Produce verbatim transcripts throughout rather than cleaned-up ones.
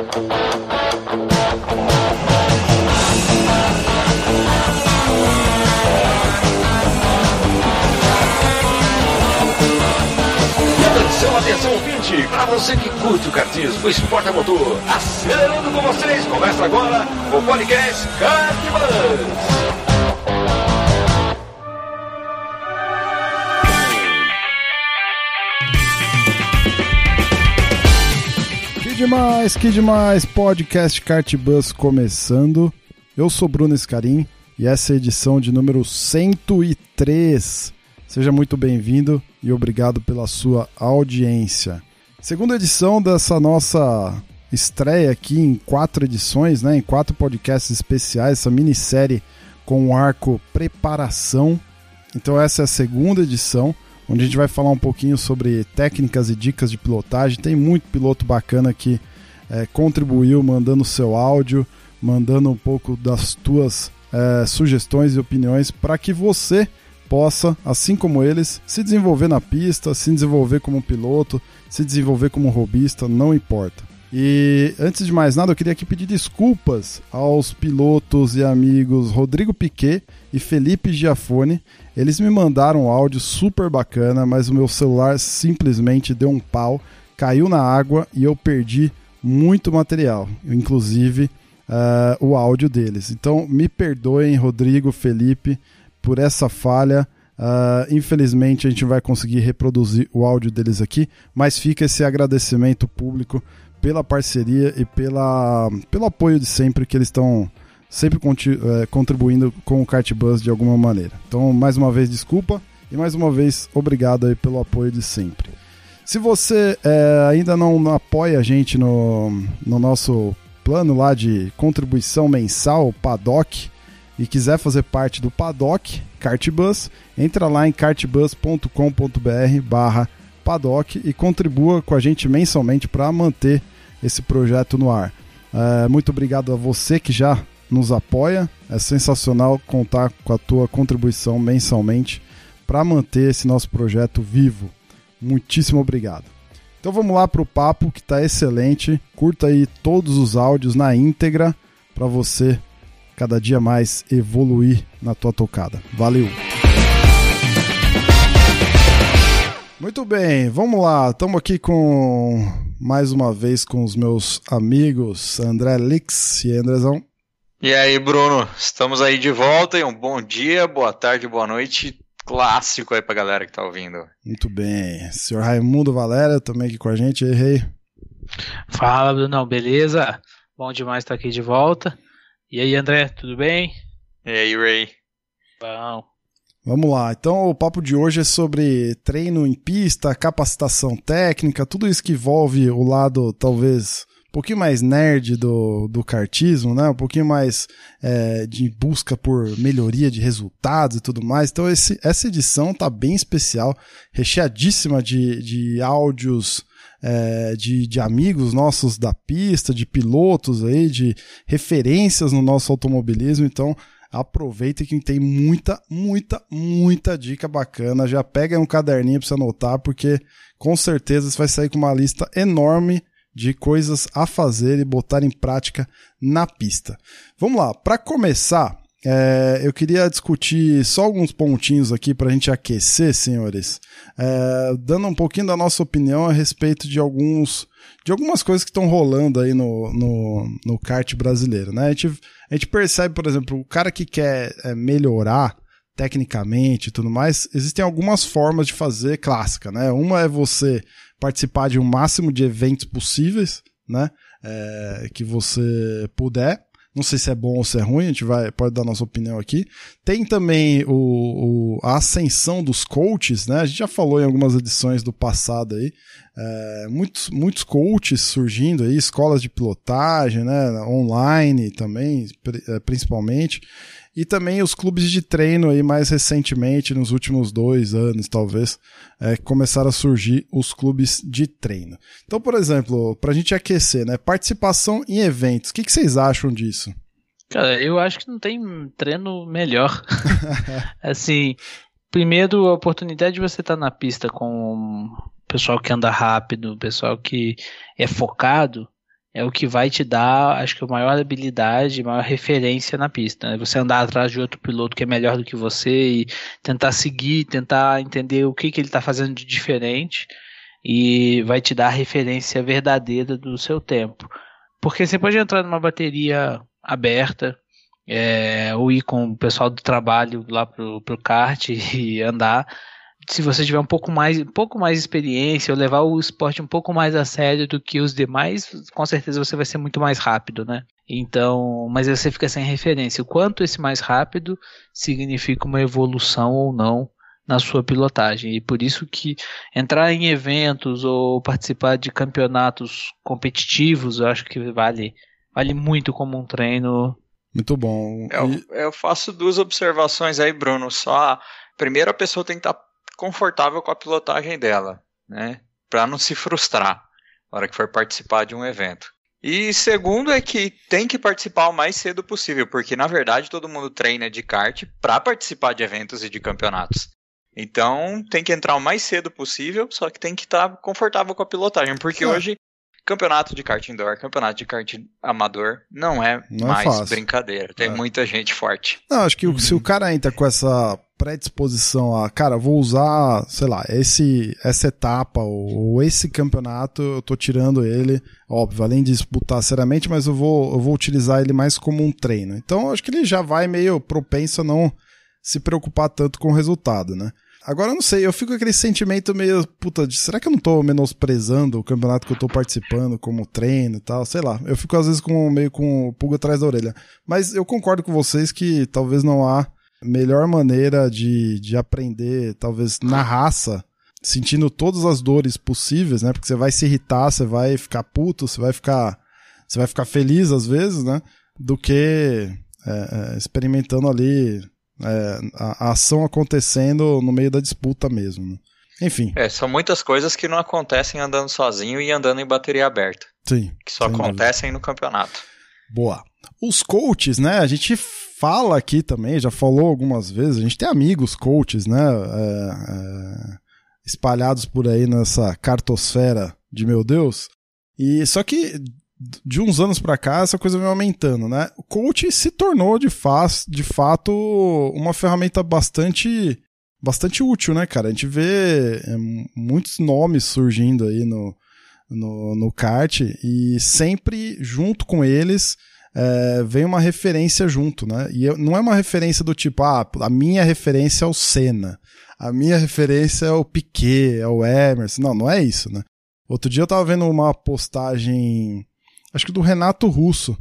Atenção, ouvinte, para você que curte o kartismo, o esporte a motor, acelerando com vocês, começa agora o podcast Kartbus. Que demais, que demais, podcast Kartbus começando. Eu sou Bruno Escarim e essa é a edição de número cento e três. Seja muito bem-vindo e obrigado pela sua audiência. Segunda edição dessa nossa estreia aqui em quatro edições, né, em quatro podcasts especiais, essa minissérie com o arco Preparação. Então essa é a segunda edição, onde a gente vai falar um pouquinho sobre técnicas e dicas de pilotagem. Tem muito piloto bacana que é, contribuiu, mandando seu áudio, mandando um pouco das tuas é, sugestões e opiniões para que você possa, assim como eles, se desenvolver na pista, se desenvolver como piloto, se desenvolver como robista, não importa. E antes de mais nada, eu queria aqui pedir desculpas aos pilotos e amigos Rodrigo Piquet e Felipe Giafone. Eles me mandaram um áudio super bacana, mas o meu celular simplesmente deu um pau, caiu na água e eu perdi muito material, inclusive uh, o áudio deles. Então me perdoem, Rodrigo, Felipe, por essa falha. Uh, infelizmente a gente vai conseguir reproduzir o áudio deles aqui, mas fica esse agradecimento público pela parceria e pela, pelo apoio de sempre, que eles estão sempre conti- uh, contribuindo com o Kartbus de alguma maneira. Então, mais uma vez, desculpa, e mais uma vez, obrigado aí pelo apoio de sempre. Se você uh, ainda não, não apoia a gente no, no nosso plano lá de contribuição mensal, Paddock, e quiser fazer parte do Paddock Kartbus, entra lá em kartbus ponto com ponto b r barra Paddock e contribua com a gente mensalmente para manter esse projeto no ar. É, muito obrigado a você que já nos apoia, é sensacional contar com a tua contribuição mensalmente para manter esse nosso projeto vivo. Muitíssimo obrigado. Então vamos lá para o papo, que está excelente. Curta aí todos os áudios na íntegra para você cada dia mais evoluir na tua tocada. Valeu! Muito bem, vamos lá. Estamos aqui com, mais uma vez, com os meus amigos André Lix. E aí, Andrezão? E aí, Bruno? Estamos aí de volta e um bom dia, boa tarde, boa noite. Clássico aí pra galera que tá ouvindo. Muito bem. Senhor Raimundo Valéria também aqui com a gente. Errei. Fala, Brunão, beleza? Bom demais estar aqui de volta. E aí, André, tudo bem? E aí, Ray? Bom. Vamos lá, então o papo de hoje é sobre treino em pista, capacitação técnica, tudo isso que envolve o lado, talvez, um pouquinho mais nerd do, do kartismo, né? Um pouquinho mais é, de busca por melhoria de resultados e tudo mais. Então esse, essa edição tá bem especial, recheadíssima de, de áudios, É, de, de amigos nossos da pista, de pilotos aí, de referências no nosso automobilismo. Então aproveita que tem muita, muita, muita dica bacana. Já pega aí um caderninho para você anotar, porque com certeza você vai sair com uma lista enorme de coisas a fazer e botar em prática na pista. Vamos lá, para começar, É, eu queria discutir só alguns pontinhos aqui para a gente aquecer, senhores, é, dando um pouquinho da nossa opinião a respeito de alguns de algumas coisas que estão rolando aí no, no, no kart brasileiro, né? A gente, a gente percebe, por exemplo, o cara que quer é, melhorar tecnicamente e tudo mais, existem algumas formas de fazer clássica, né? Uma é você participar de um máximo de eventos possíveis, né? É, que você puder. Não sei se é bom ou se é ruim, a gente vai, pode dar nossa opinião aqui. Tem também o, o, a ascensão dos coaches, né? A gente já falou em algumas edições do passado aí. É, muitos, muitos coaches surgindo aí, escolas de pilotagem, né? Online também, principalmente. E também os clubes de treino aí mais recentemente, nos últimos dois anos talvez, é, começaram a surgir os clubes de treino. Então, por exemplo, pra gente aquecer, né, participação em eventos, o que, que vocês acham disso? Cara, eu acho que não tem treino melhor. Assim, primeiro a oportunidade de você estar na pista com o pessoal que anda rápido, o pessoal que é focado, é o que vai te dar, acho que a maior habilidade, a maior referência na pista, né? Você andar atrás de outro piloto que é melhor do que você e tentar seguir, tentar entender o que, que ele está fazendo de diferente e vai te dar a referência verdadeira do seu tempo. Porque você pode entrar numa bateria aberta, é, ou ir com o pessoal do trabalho lá pro, pro kart e andar. Se você tiver um pouco mais, um pouco mais de experiência ou levar o esporte um pouco mais a sério do que os demais, com certeza você vai ser muito mais rápido, né? Então, mas aí você fica sem referência. O quanto esse mais rápido significa uma evolução ou não na sua pilotagem. E por isso que entrar em eventos ou participar de campeonatos competitivos, eu acho que vale, vale muito como um treino. Muito bom. Eu, e... eu faço duas observações aí, Bruno. Só a primeira, a pessoa tem que estar confortável com a pilotagem dela, né? Para não se frustrar na hora que for participar de um evento. E segundo é que tem que participar o mais cedo possível, porque na verdade todo mundo treina de kart para participar de eventos e de campeonatos. Então tem que entrar o mais cedo possível, só que tem que estar confortável com a pilotagem, porque é. hoje campeonato de kart indoor, campeonato de kart amador não é não mais é brincadeira, tem é. muita gente forte. Não, acho que uhum. se o cara entra com essa predisposição a, cara, vou usar, sei lá, esse, essa etapa ou, ou esse campeonato, eu tô tirando ele, óbvio, além de disputar seriamente, mas eu vou, eu vou utilizar ele mais como um treino. Então acho que ele já vai meio propenso a não se preocupar tanto com o resultado, né? Agora eu não sei, eu fico com aquele sentimento meio, puta, de, será que eu não tô menosprezando o campeonato que eu tô participando como treino e tal? Sei lá, eu fico às vezes com, meio com o pulga atrás da orelha. Mas eu concordo com vocês que talvez não há melhor maneira de, de aprender, talvez na raça, sentindo todas as dores possíveis, né? Porque você vai se irritar, você vai ficar puto, você vai ficar, você vai ficar feliz às vezes, né? Do que é, é, experimentando ali... É, a, a ação acontecendo no meio da disputa mesmo, né? Enfim. É, são muitas coisas que não acontecem andando sozinho e andando em bateria aberta. Sim. Que só acontecem dúvida. No campeonato. Boa. Os coaches, né? A gente fala aqui também, já falou algumas vezes, a gente tem amigos coaches, né? É, é, espalhados por aí nessa cartosfera de meu Deus. E só que de uns anos pra cá, essa coisa vem aumentando, né? O coach se tornou, de, faz, de fato, uma ferramenta bastante, bastante útil, né, cara? A gente vê é, muitos nomes surgindo aí no, no, no kart e sempre, junto com eles, é, vem uma referência junto, né? E não é uma referência do tipo, ah, a minha referência é o Senna, a minha referência é o Piquet, é o Emerson. Não, não é isso, né? Outro dia eu tava vendo uma postagem... acho que do Renato Russo,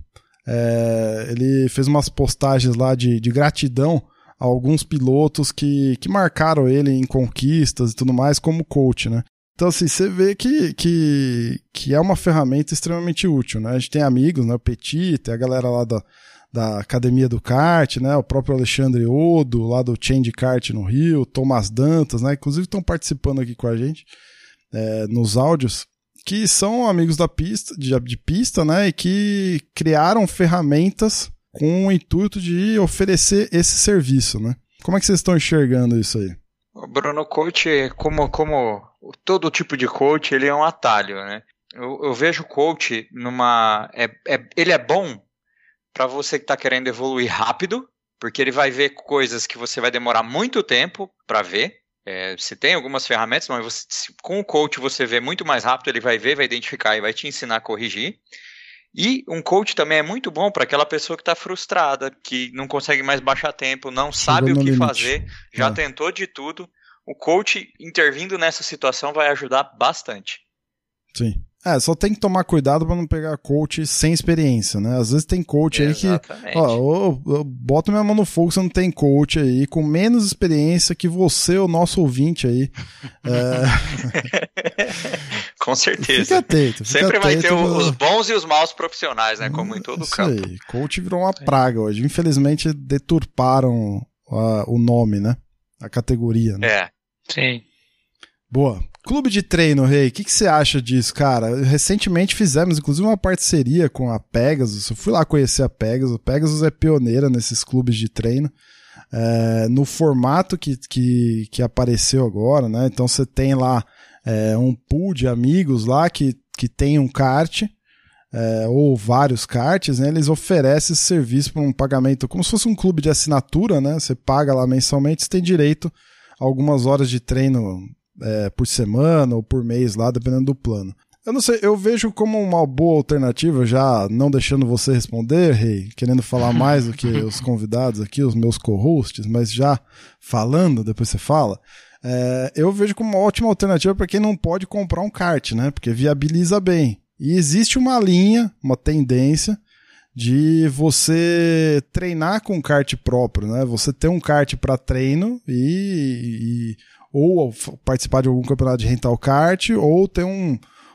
é, ele fez umas postagens lá de, de gratidão a alguns pilotos que, que marcaram ele em conquistas e tudo mais como coach, né? Então assim, você vê que, que, que é uma ferramenta extremamente útil, né? A gente tem amigos, né? O Petit, tem a galera lá da, da Academia do Kart, né? O próprio Alexandre Odo, lá do Change Kart no Rio, Thomas Dantas, né? Inclusive estão participando aqui com a gente é, nos áudios, que são amigos da pista, de, de pista, né, e que criaram ferramentas com o intuito de oferecer esse serviço, né? Como é que vocês estão enxergando isso aí? O Bruno, coach, como, como todo tipo de coach, ele é um atalho, né? Eu, eu vejo o coach numa... É, é, ele é bom para você que está querendo evoluir rápido, porque ele vai ver coisas que você vai demorar muito tempo para ver. É, você tem algumas ferramentas, mas você, com o coach você vê muito mais rápido, ele vai ver, vai identificar e vai te ensinar a corrigir. E um coach também é muito bom para aquela pessoa que está frustrada, que não consegue mais baixar tempo, não sabe o que fazer, já é. tentou de tudo. O coach intervindo nessa situação vai ajudar bastante. Sim. É, só tem que tomar cuidado pra não pegar coach sem experiência, né? Às vezes tem coach Exatamente. aí que, ó, eu, eu boto minha mão no fogo, você não tem coach aí com menos experiência que você, o nosso ouvinte aí. É... com certeza. Fica atento. Fica Sempre atento, vai ter meu... os bons e os maus profissionais, né? Como em todo Isso campo. Aí. Coach virou uma praga hoje. Infelizmente deturparam uh, o nome, né? A categoria, né? É. Sim. Boa. Clube de treino, Rei, o que, que você acha disso, cara? Recentemente fizemos, inclusive, uma parceria com a Pegasus. Eu fui lá conhecer a Pegasus. A Pegasus é pioneira nesses clubes de treino. É, no formato que, que, que apareceu agora, né? Então você tem lá é, um pool de amigos lá que, que tem um kart. é, ou vários karts, né, eles oferecem esse serviço para um pagamento, como se fosse um clube de assinatura, né? Você paga lá mensalmente, você tem direito a algumas horas de treino é, por semana ou por mês lá, dependendo do plano. Eu não sei, eu vejo como uma boa alternativa, já não deixando você responder, Rei, querendo falar mais do que os convidados aqui, os meus co-hosts, mas já falando, depois você fala, é, eu vejo como uma ótima alternativa para quem não pode comprar um kart, né? Porque viabiliza bem. E existe uma linha, uma tendência de você treinar com kart próprio, né? Você ter um kart para treino e, e ou participar de algum campeonato de rental kart ou ter um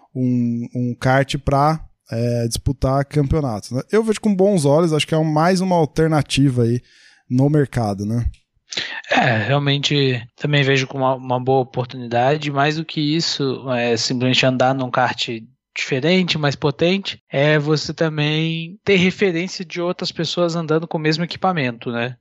Um, um kart para é, disputar campeonatos, né? Eu vejo com bons olhos, acho que é mais uma alternativa aí no mercado, né? É, realmente também vejo como uma, uma boa oportunidade. Mais do que isso, é simplesmente andar num kart diferente, mais potente, é você também ter referência de outras pessoas andando com o mesmo equipamento, né?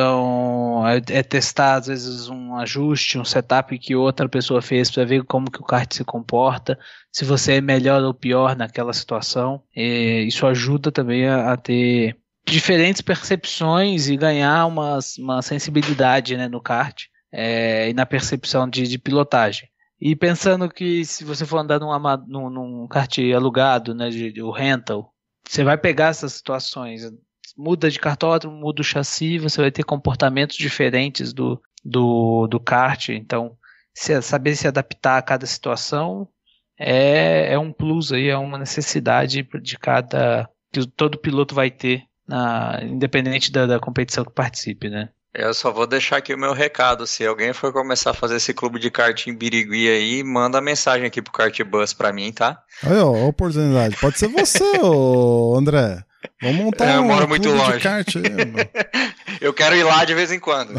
Então, é, é testar às vezes um ajuste, um setup que outra pessoa fez para ver como que o kart se comporta, se você é melhor ou pior naquela situação. E isso ajuda também a, a ter diferentes percepções e ganhar uma, uma sensibilidade, né, no kart é, e na percepção de, de pilotagem. E pensando que se você for andar num, num, num kart alugado, né, de, de, o rental, você vai pegar essas situações, muda de cartódromo, muda o chassi, você vai ter comportamentos diferentes do, do, do kart, então se, saber se adaptar a cada situação é, é um plus aí, é uma necessidade de cada, que todo piloto vai ter, na, independente da, da competição que participe, né? Eu só vou deixar aqui o meu recado. Se alguém for começar a fazer esse clube de kart em Birigui aí, manda mensagem aqui pro Kart Bus pra mim, tá? Aí, ó, a oportunidade. Pode ser você, ô André. Vamos montar é, eu um moro muito clube longe. de kart aí, eu quero ir lá de vez em quando.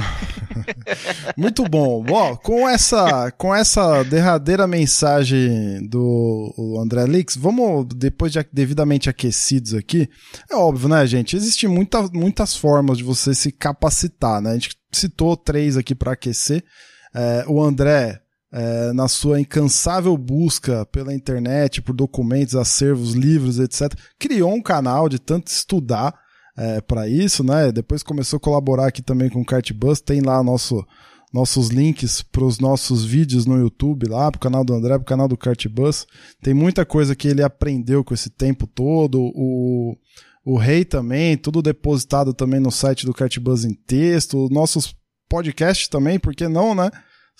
Muito bom. Bom, com essa, com essa derradeira mensagem do André Lix, vamos, depois de devidamente aquecidos aqui, é óbvio, né, gente? Existem muita, muitas formas de você se capacitar, né? A gente citou três aqui para aquecer. É, o André, é, na sua incansável busca pela internet, por documentos, acervos, livros, etcétera, criou um canal de tanto estudar É, para isso, né? Depois começou a colaborar aqui também com o Kartbus, tem lá nosso, nossos links para os nossos vídeos no YouTube lá, pro canal do André, pro canal do Kartbus. Tem muita coisa que ele aprendeu com esse tempo todo, o, o Rei também, tudo depositado também no site do Kartbus em texto, nossos podcasts também, por que não, né?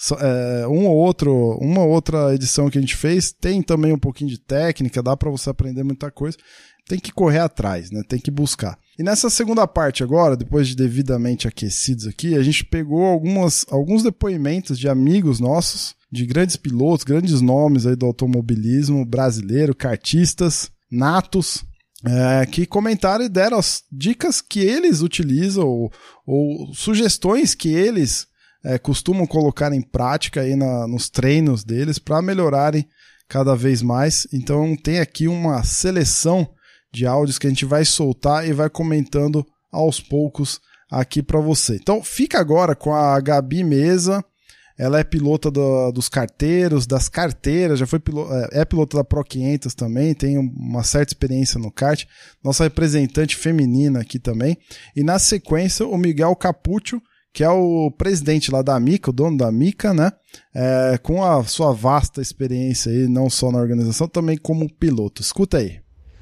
É, um ou outro, uma outra edição que a gente fez, tem também um pouquinho de técnica, dá para você aprender muita coisa. Tem que correr atrás, né? Tem que buscar. E nessa segunda parte agora, depois de devidamente aquecidos aqui, a gente pegou algumas, alguns depoimentos de amigos nossos, de grandes pilotos, grandes nomes aí do automobilismo brasileiro, kartistas, natos, é, que comentaram e deram as dicas que eles utilizam ou, ou sugestões que eles é, costumam colocar em prática aí na, nos treinos deles para melhorarem cada vez mais. Então tem aqui uma seleção de áudios que a gente vai soltar e vai comentando aos poucos aqui para você. Então fica agora com a Gabi Mesa, ela é pilota do, dos carteiros, das carteiras, já foi piloto, é pilota da Pro quinhentos também, tem uma certa experiência no kart, nossa representante feminina aqui também. E na sequência o Miguel Capuccio, que é o presidente lá da Mica, o dono da Mica, né? É, com a sua vasta experiência aí, não só na organização, também como piloto. Escuta aí.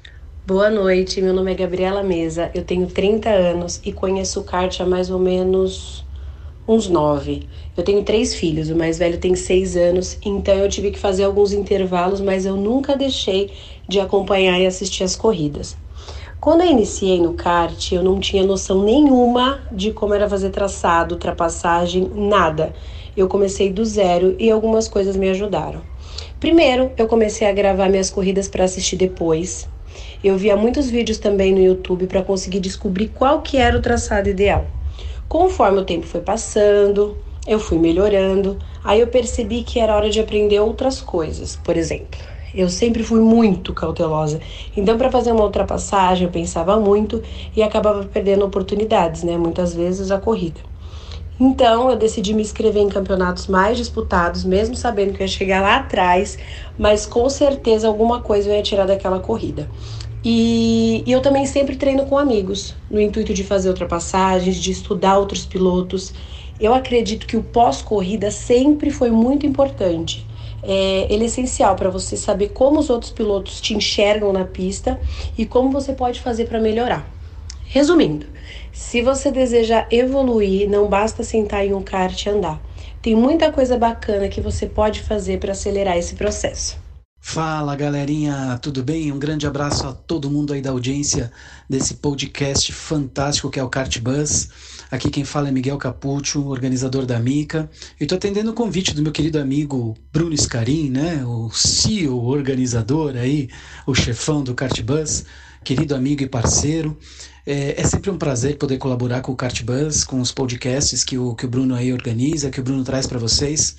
Boa noite, meu nome é Gabriela Mesa, eu tenho trinta anos e conheço o kart há mais ou menos uns nove. Eu tenho três filhos, o mais velho tem seis anos, então eu tive que fazer alguns intervalos, mas eu nunca deixei de acompanhar e assistir as corridas. Quando eu iniciei no kart, eu não tinha noção nenhuma de como era fazer traçado, ultrapassagem, nada. Eu comecei do zero e algumas coisas me ajudaram. Primeiro, eu comecei a gravar minhas corridas para assistir depois. Eu via muitos vídeos também no YouTube para conseguir descobrir qual que era o traçado ideal. Conforme o tempo foi passando, eu fui melhorando, aí eu percebi que era hora de aprender outras coisas. Por exemplo, eu sempre fui muito cautelosa, então para fazer uma ultrapassagem eu pensava muito e acabava perdendo oportunidades, né? Muitas vezes a corrida. Então eu decidi me inscrever em campeonatos mais disputados, mesmo sabendo que eu ia chegar lá atrás, mas com certeza alguma coisa eu ia tirar daquela corrida. E, e eu também sempre treino com amigos, no intuito de fazer ultrapassagens, de estudar outros pilotos. Eu acredito que o pós-corrida sempre foi muito importante. É, ele é essencial para você saber como os outros pilotos te enxergam na pista e como você pode fazer para melhorar. Resumindo, se você deseja evoluir, não basta sentar em um kart e andar. Tem muita coisa bacana que você pode fazer para acelerar esse processo. Fala galerinha, tudo bem? Um grande abraço a todo mundo aí da audiência desse podcast fantástico que é o Kart Bus. Aqui quem fala é Miguel Capuccio, organizador da Mica. Eu estou atendendo o convite do meu querido amigo Bruno Scarin, né? O C E O, organizador aí, o chefão do Kart Bus, querido amigo e parceiro. É, é sempre um prazer poder colaborar com o Kart Bus, com os podcasts que o, que o Bruno aí organiza, que o Bruno traz para vocês.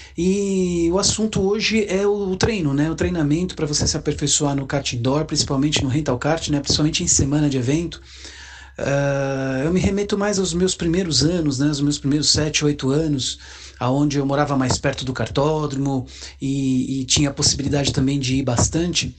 E o assunto hoje é o treino, né? O treinamento para você se aperfeiçoar no kart indoor, principalmente no rental kart, né? Principalmente em semana de evento. Uh, eu me remeto mais aos meus primeiros anos, né? Os meus primeiros sete, oito anos, aonde eu morava mais perto do kartódromo e, e tinha a possibilidade também de ir bastante.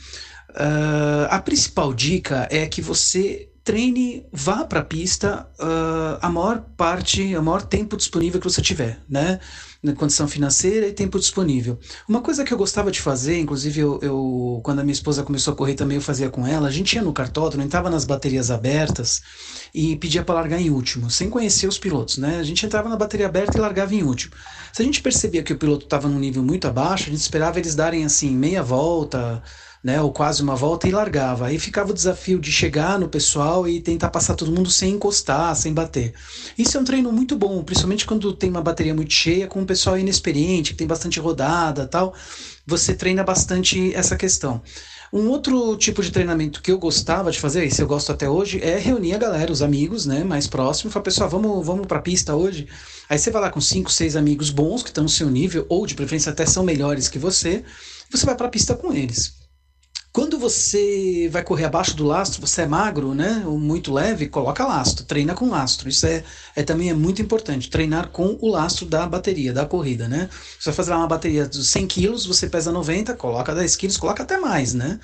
Uh, a principal dica é que você treine, vá para a pista uh, a maior parte, o maior tempo disponível que você tiver, né? Na condição financeira e tempo disponível. Uma coisa que eu gostava de fazer, inclusive eu, eu quando a minha esposa começou a correr também eu fazia com ela, a gente ia no kartódromo, entrava nas baterias abertas e pedia para largar em último, sem conhecer os pilotos, né? A gente entrava na bateria aberta e largava em último. Se a gente percebia que o piloto estava num nível muito abaixo, a gente esperava eles darem assim meia volta, né, ou quase uma volta e largava. Aí ficava o desafio de chegar no pessoal e tentar passar todo mundo sem encostar, sem bater. Isso é um treino muito bom, principalmente quando tem uma bateria muito cheia, com um pessoal inexperiente, que tem bastante rodada e tal. Você treina bastante essa questão. Um outro tipo de treinamento que eu gostava de fazer, e se eu gosto até hoje, é reunir a galera, os amigos, né, mais próximos, e falar, pessoal, vamos, vamos pra pista hoje? Aí você vai lá com cinco, seis amigos bons, que estão no seu nível, ou de preferência até são melhores que você, e você vai pra pista com eles. Quando você vai correr abaixo do lastro, você é magro, né, ou muito leve, coloca lastro, treina com lastro. Isso é, é também é muito importante, treinar com o lastro da bateria, da corrida, né? Você vai fazer uma bateria de cem quilos, você pesa noventa, coloca dez quilos, coloca até mais, né?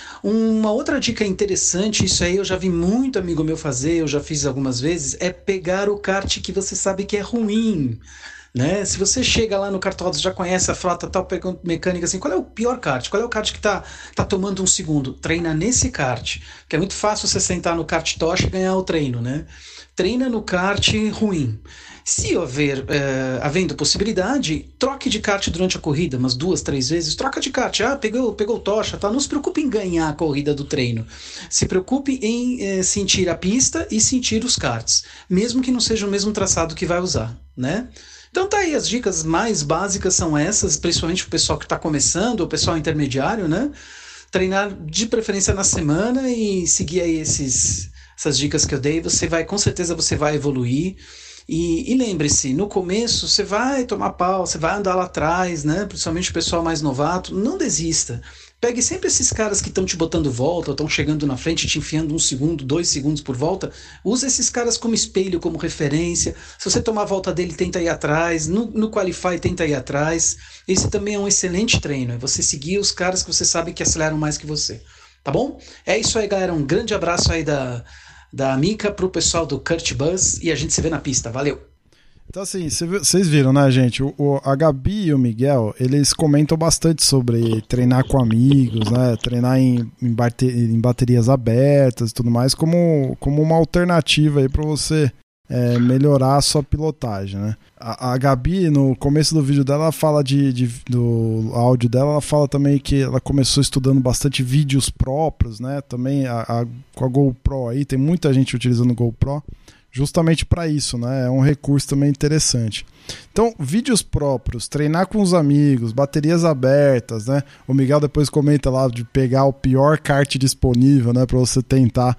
Uma outra dica interessante, isso aí eu já vi muito amigo meu fazer, eu já fiz algumas vezes, é pegar o kart que você sabe que é ruim. Né? Se você chega lá no kartódromo, já conhece a frota tal, pergunta mecânica assim, qual é o pior kart? Qual é o kart que tá, tá tomando um segundo? Treina nesse kart, que é muito fácil você sentar no kart tocha e ganhar o treino, né? Treina no kart ruim. Se houver, é, havendo possibilidade, troque de kart durante a corrida, umas duas, três vezes, troca de kart, ah, pegou, pegou tocha, tá? Não se preocupe em ganhar a corrida do treino, se preocupe em é, sentir a pista e sentir os karts, mesmo que não seja o mesmo traçado que vai usar, né? Então tá aí, as dicas mais básicas são essas, principalmente para o pessoal que está começando, o pessoal intermediário, né? Treinar de preferência na semana e seguir aí esses, essas dicas que eu dei, você vai, com certeza você vai evoluir. E, e lembre-se, no começo você vai tomar pau, você vai andar lá atrás, né? Principalmente o pessoal mais novato, não desista. Pegue sempre esses caras que estão te botando volta, estão chegando na frente, te enfiando um segundo, dois segundos por volta. Usa esses caras como espelho, como referência. Se você tomar a volta dele, tenta ir atrás. No, no Qualify, tenta ir atrás. Esse também é um excelente treino. É você seguir os caras que você sabe que aceleram mais que você. Tá bom? É isso aí, galera. Um grande abraço aí da, da Mica pro pessoal do Kart Bus. E a gente se vê na pista. Valeu! Então assim, vocês viram, né, gente? O, o, a Gabi e o Miguel, eles comentam bastante sobre treinar com amigos, né? Treinar em, em, bate, em baterias abertas e tudo mais, como, como uma alternativa aí para você é, melhorar a sua pilotagem, né? A, a Gabi, no começo do vídeo dela, ela fala de, de, do áudio dela, ela fala também que ela começou estudando bastante vídeos próprios, né? Também a, a, com a GoPro aí, tem muita gente utilizando GoPro. Justamente para isso, né? É um recurso também interessante. Então, vídeos próprios, treinar com os amigos, baterias abertas, né? O Miguel depois comenta lá de pegar o pior kart disponível, né? Para você tentar.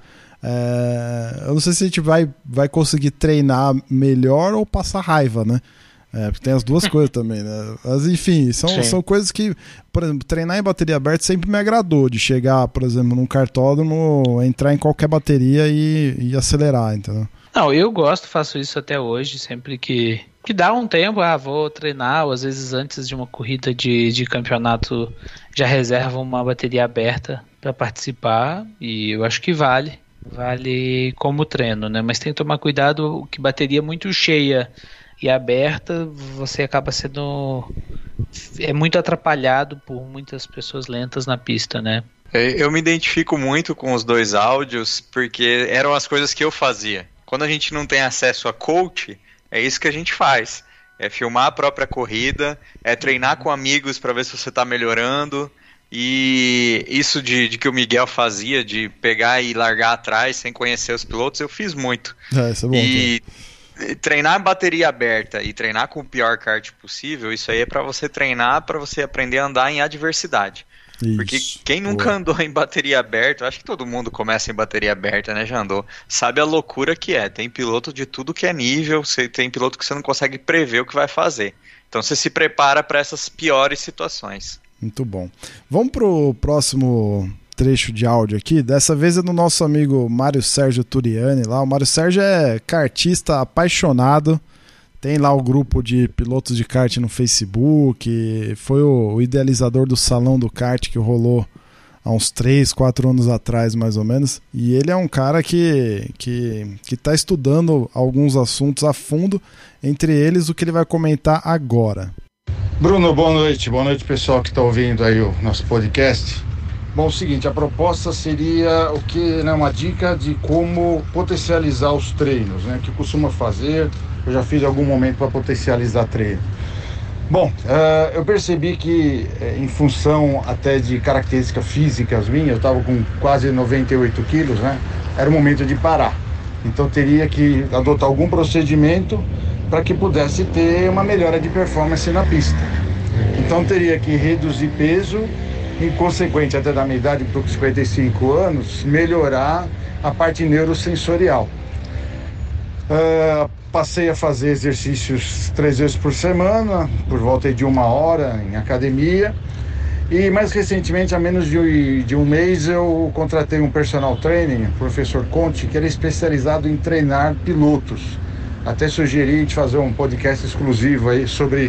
É... Eu não sei se a gente vai, vai conseguir treinar melhor ou passar raiva, né? É, porque tem as duas coisas também, né? Mas enfim, são, são coisas que, por exemplo, treinar em bateria aberta sempre me agradou, de chegar, por exemplo, num kartódromo, entrar em qualquer bateria e, e acelerar, entendeu? Não, eu gosto, faço isso até hoje, sempre que, que dá um tempo, ah, vou treinar, ou às vezes antes de uma corrida de, de campeonato já reservo uma bateria aberta para participar e eu acho que vale, vale como treino, né? Mas tem que tomar cuidado que bateria muito cheia e aberta, você acaba sendo é muito atrapalhado por muitas pessoas lentas na pista, né? Eu me identifico muito com os dois áudios porque eram as coisas que eu fazia. Quando a gente não tem acesso a coach, é isso que a gente faz. É filmar a própria corrida, é treinar com amigos para ver se você está melhorando. E isso de, de que o Miguel fazia, de pegar e largar atrás sem conhecer os pilotos, eu fiz muito. É, isso é bom. E tá? Treinar bateria aberta e treinar com o pior kart possível, isso aí é para você treinar, para você aprender a andar em adversidade. Isso, porque quem nunca boa. andou em bateria aberta, acho que todo mundo começa em bateria aberta, né, já andou, sabe a loucura que é. Tem piloto de tudo que é nível, você tem piloto que você não consegue prever o que vai fazer. Então você se prepara para essas piores situações. Muito bom. Vamos pro próximo trecho de áudio aqui. Dessa vez é do nosso amigo Mário Sérgio Turiani lá. O Mário Sérgio é kartista apaixonado. Tem lá o grupo de pilotos de kart no Facebook, foi o, o idealizador do Salão do Kart que rolou há uns três, quatro anos atrás, mais ou menos. E ele é um cara que que que está estudando alguns assuntos a fundo, entre eles o que ele vai comentar agora. Bruno, boa noite. Boa noite, pessoal que está ouvindo aí o nosso podcast. Bom, é o seguinte, a proposta seria o que, né, uma dica de como potencializar os treinos, né, que costuma fazer. Eu já fiz algum momento para potencializar treino. Bom, uh, eu percebi que uh, em função até de características físicas minhas, eu estava com quase noventa e oito quilos, né? Era o momento de parar. Então teria que adotar algum procedimento para que pudesse ter uma melhora de performance na pista. Então teria que reduzir peso e, consequente até da minha idade, estou com cinquenta e cinco anos, melhorar a parte neurosensorial. Uh, passei a fazer exercícios três vezes por semana, por volta de uma hora em academia, e mais recentemente, há menos de, de um mês, eu contratei um personal trainer, o professor Conte, que era especializado em treinar pilotos. Até sugeri a gente fazer um podcast exclusivo aí sobre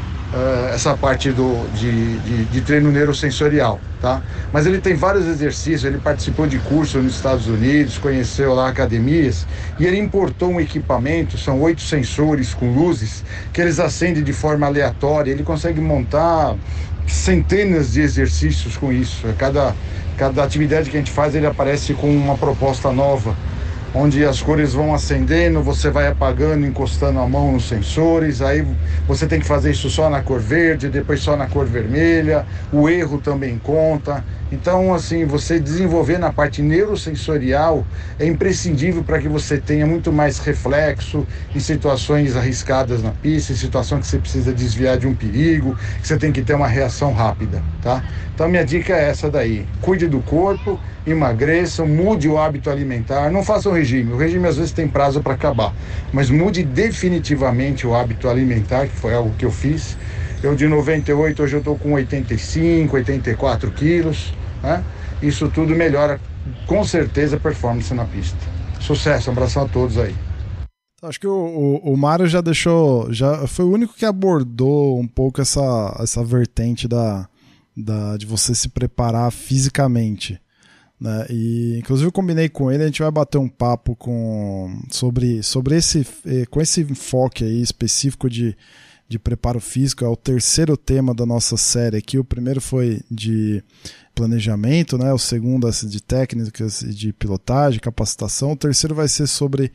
uh, essa parte do, de, de, de treino neurosensorial, tá? Mas ele tem vários exercícios, ele participou de cursos nos Estados Unidos, conheceu lá academias, e ele importou um equipamento, são oito sensores com luzes, que eles acendem de forma aleatória, ele consegue montar centenas de exercícios com isso. Cada, cada atividade que a gente faz, ele aparece com uma proposta nova, onde as cores vão acendendo, você vai apagando, encostando a mão nos sensores, aí você tem que fazer isso só na cor verde, depois só na cor vermelha, o erro também conta. Então, assim, você desenvolver na parte neurosensorial é imprescindível para que você tenha muito mais reflexo em situações arriscadas na pista, em situação que você precisa desviar de um perigo, que você tem que ter uma reação rápida, tá? Então, minha dica é essa daí. Cuide do corpo, emagreçam, mude o hábito alimentar, não faça um regime. O regime às vezes tem prazo para acabar, mas mude definitivamente o hábito alimentar, que foi algo que eu fiz. Eu de noventa e oito, hoje eu estou com oitenta e cinco, oitenta e quatro quilos, né? Isso tudo melhora com certeza a performance na pista. Sucesso, um abração a todos aí. Acho que o, o, o Mário já deixou, já foi o único que abordou um pouco essa, essa vertente da, da, de você se preparar fisicamente, né? E inclusive eu combinei com ele, a gente vai bater um papo com, sobre, sobre esse, com esse enfoque aí específico de, de preparo físico. É o terceiro tema da nossa série aqui. O primeiro foi de planejamento, né? O segundo de técnicas de pilotagem, capacitação. O terceiro vai ser sobre,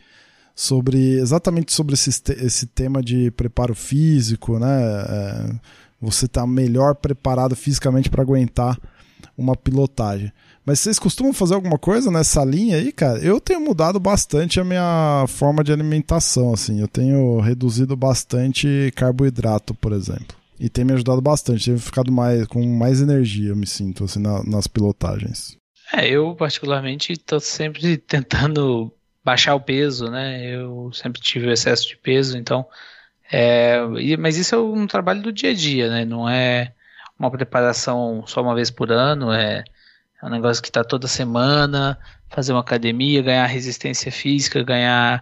sobre exatamente sobre esse, esse tema de preparo físico, né? É, você está melhor preparado fisicamente para aguentar uma pilotagem. Mas vocês costumam fazer alguma coisa nessa linha aí, cara? Eu tenho mudado bastante a minha forma de alimentação, assim. Eu tenho reduzido bastante carboidrato, por exemplo. E tem me ajudado bastante. Tenho ficado mais, com mais energia, eu me sinto, assim, na, nas pilotagens. É, eu particularmente estou sempre tentando baixar o peso, né? Eu sempre tive excesso de peso, então... É, mas isso é um trabalho do dia a dia, né? Não é uma preparação só uma vez por ano, é... É um negócio que está toda semana, fazer uma academia, ganhar resistência física, ganhar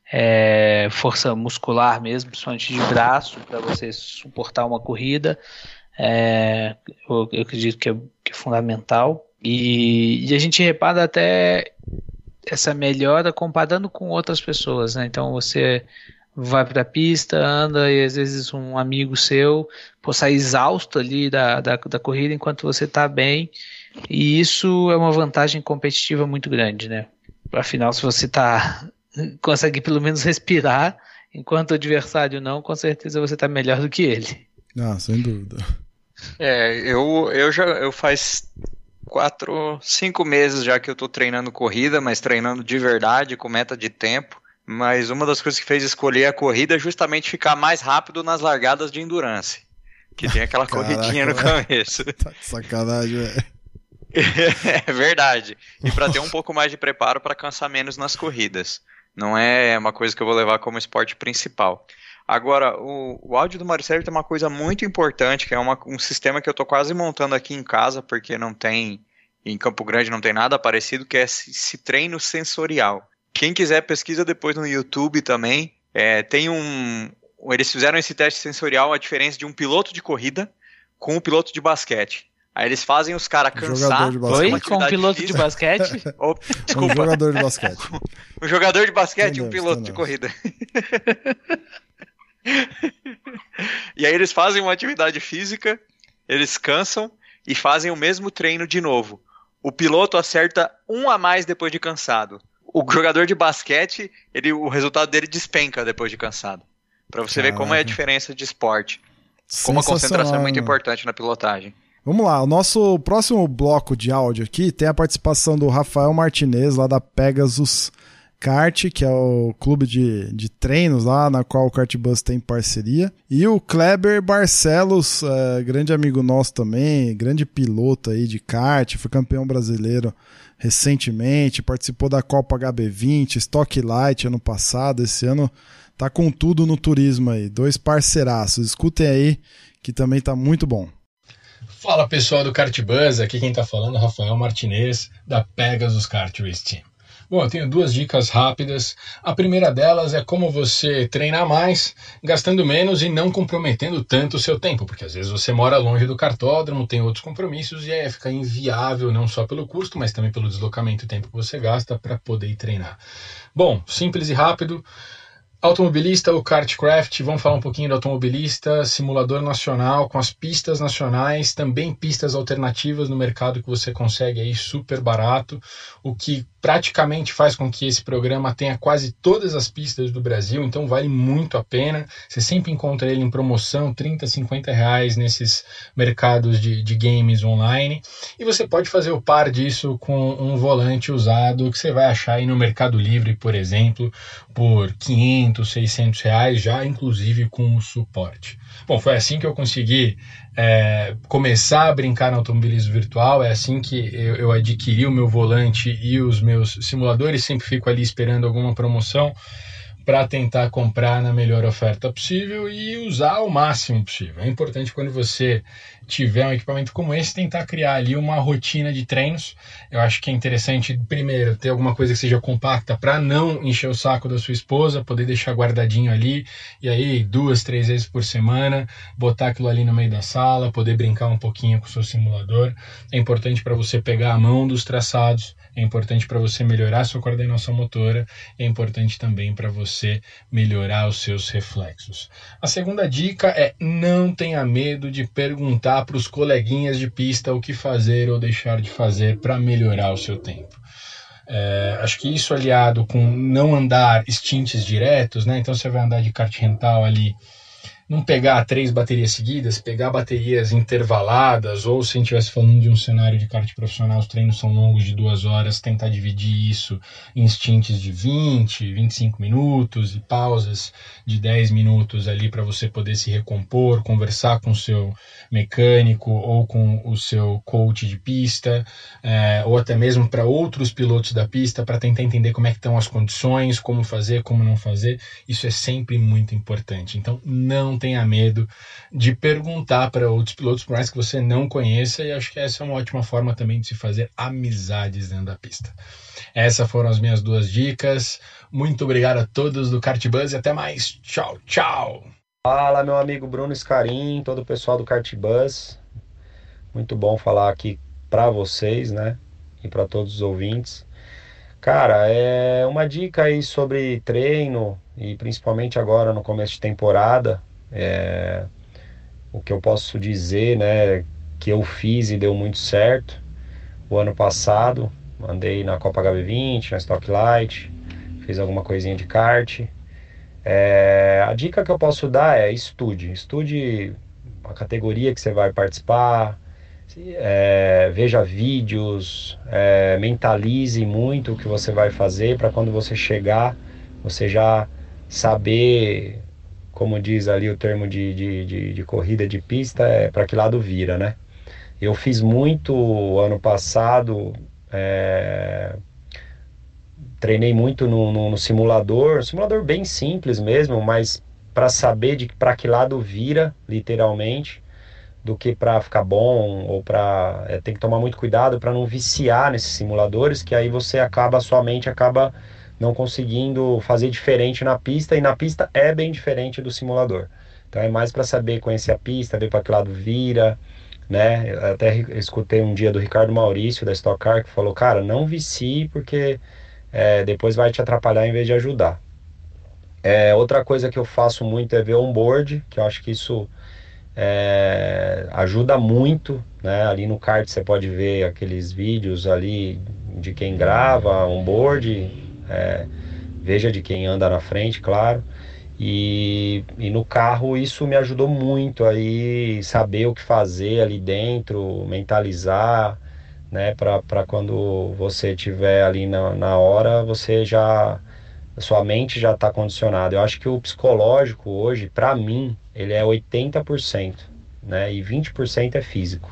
é, força muscular mesmo, principalmente de braço, para você suportar uma corrida. É, eu, eu acredito que é, que é fundamental. E, e a gente repara até essa melhora comparando com outras pessoas, né? Então você vai para a pista, anda e às vezes um amigo seu pô, sai exausto ali da, da, da corrida enquanto você está bem, e isso é uma vantagem competitiva muito grande, né? Afinal, se você tá, consegue pelo menos respirar, enquanto o adversário não, com certeza você está melhor do que ele. Ah, sem dúvida. É, eu, eu já eu faz quatro, cinco meses já que eu tô treinando corrida, mas treinando de verdade, com meta de tempo. Mas uma das coisas que fez escolher a corrida é justamente ficar mais rápido nas largadas de endurance. Que tem aquela Caraca, corridinha no véio. começo. Tá de sacanagem, velho. É verdade. E para ter um pouco mais de preparo para cansar menos nas corridas. Não é uma coisa que eu vou levar como esporte principal. Agora, o, o áudio do Marcelo tem uma coisa muito importante, que é uma, um sistema que eu tô quase montando aqui em casa, porque não tem, em Campo Grande não tem nada parecido, que é esse, esse treino sensorial. Quem quiser pesquisa depois no YouTube também. É, tem um, eles fizeram esse teste sensorial, a diferença de um piloto de corrida com um piloto de basquete. Aí eles fazem os caras cansar. Oi? Com um piloto física. de basquete? Oh, desculpa. Um jogador de basquete. Um jogador de basquete e um Entendemos, piloto de corrida. E aí eles fazem uma atividade física, eles cansam e fazem o mesmo treino de novo. O piloto acerta um a mais depois de cansado. O jogador de basquete, ele, o resultado dele despenca depois de cansado. Pra você Caraca. ver como é a diferença de esporte. Como a concentração é muito importante na pilotagem. Vamos lá, o nosso próximo bloco de áudio aqui tem a participação do Rafael Martinez, lá da Pegasus Kart, que é o clube de, de treinos lá, na qual o Kartbus tem parceria. E o Kleber Barcelos, é, grande amigo nosso também, grande piloto aí de kart, foi campeão brasileiro recentemente, participou da Copa H B vinte, Stock Light ano passado, esse ano tá com tudo no turismo aí, dois parceiraços, escutem aí que também tá muito bom. Fala pessoal do Kartbus, aqui quem tá falando é Rafael Martinez da Pegasus Kart Race Team. Bom, eu tenho duas dicas rápidas. A primeira delas é como você treinar mais, gastando menos e não comprometendo tanto o seu tempo, porque às vezes você mora longe do kartódromo, tem outros compromissos e aí fica inviável não só pelo custo, mas também pelo deslocamento e tempo que você gasta para poder ir treinar. Bom, simples e rápido. Automobilista, o Kartcraft, vamos falar um pouquinho do automobilista, simulador nacional, com as pistas nacionais, também pistas alternativas no mercado que você consegue aí super barato, o que praticamente faz com que esse programa tenha quase todas as pistas do Brasil, então vale muito a pena. Você sempre encontra ele em promoção, trinta, cinquenta reais nesses mercados de, de games online, e você pode fazer o par disso com um volante usado que você vai achar aí no Mercado Livre, por exemplo, por quinhentos, seiscentos reais, já inclusive com o suporte. Bom, foi assim que eu consegui é, começar a brincar no automobilismo virtual, é assim que eu, eu adquiri o meu volante e os meus simuladores, sempre fico ali esperando alguma promoção para tentar comprar na melhor oferta possível e usar ao máximo possível. É importante quando você tiver um equipamento como esse, tentar criar ali uma rotina de treinos. Eu acho que é interessante, primeiro, ter alguma coisa que seja compacta para não encher o saco da sua esposa, poder deixar guardadinho ali, e aí duas, três vezes por semana, botar aquilo ali no meio da sala, poder brincar um pouquinho com o seu simulador. É importante para você pegar a mão dos traçados, é importante para você melhorar a sua coordenação motora, é importante também para você melhorar os seus reflexos. A segunda dica é não tenha medo de perguntar para os coleguinhas de pista o que fazer ou deixar de fazer para melhorar o seu tempo. É, acho que isso aliado com não andar stints diretos, né? Então você vai andar de kart rental ali, não pegar três baterias seguidas, pegar baterias intervaladas, ou se a gente estivesse falando de um cenário de kart profissional, os treinos são longos de duas horas, tentar dividir isso em stints de vinte, vinte e cinco minutos e pausas de dez minutos ali para você poder se recompor, conversar com o seu mecânico ou com o seu coach de pista, é, ou até mesmo para outros pilotos da pista, para tentar entender como é que estão as condições, como fazer, como não fazer. Isso é sempre muito importante. Então, não tenha medo de perguntar para outros pilotos, por mais que você não conheça, e acho que essa é uma ótima forma também de se fazer amizades dentro da pista. Essas foram as minhas duas dicas. Muito obrigado a todos do Kartbus e até mais. Tchau, tchau! Fala, meu amigo Bruno Scarin, todo o pessoal do Kartbus. Muito bom falar aqui para vocês, né? E para todos os ouvintes. Cara, é uma dica aí sobre treino e principalmente agora no começo de temporada. É, o que eu posso dizer, né? Que eu fiz e deu muito certo. O ano passado, andei na Copa H B vinte, na Stock Light, fiz alguma coisinha de kart. É, a dica que eu posso dar é estude. Estude a categoria que você vai participar. É, veja vídeos, é, mentalize muito o que você vai fazer para quando você chegar, você já saber, como diz ali o termo de, de, de, de corrida de pista, é para que lado vira, né? Eu fiz muito ano passado, é, treinei muito no, no, no simulador, simulador bem simples mesmo, mas para saber de para que lado vira, literalmente, do que para ficar bom ou para é, tem que tomar muito cuidado para não viciar nesses simuladores, que aí você acaba, sua mente acaba não conseguindo fazer diferente na pista, e na pista é bem diferente do simulador. Então é mais para saber conhecer a pista, ver para que lado vira, né? Eu até escutei um dia do Ricardo Maurício da Stock Car que falou, cara, não vicie porque é, depois vai te atrapalhar em vez de ajudar. É, outra coisa que eu faço muito é ver onboard, que eu acho que isso É, ajuda muito, né? Ali no kart você pode ver aqueles vídeos ali de quem grava onboard, é, veja de quem anda na frente, claro. E, e no carro isso me ajudou muito aí, saber o que fazer ali dentro, mentalizar, né? Para quando você estiver ali na, na hora, você já, a sua mente já está condicionada. Eu acho que o psicológico hoje, para mim, ele é oitenta por cento, né? E vinte por cento é físico.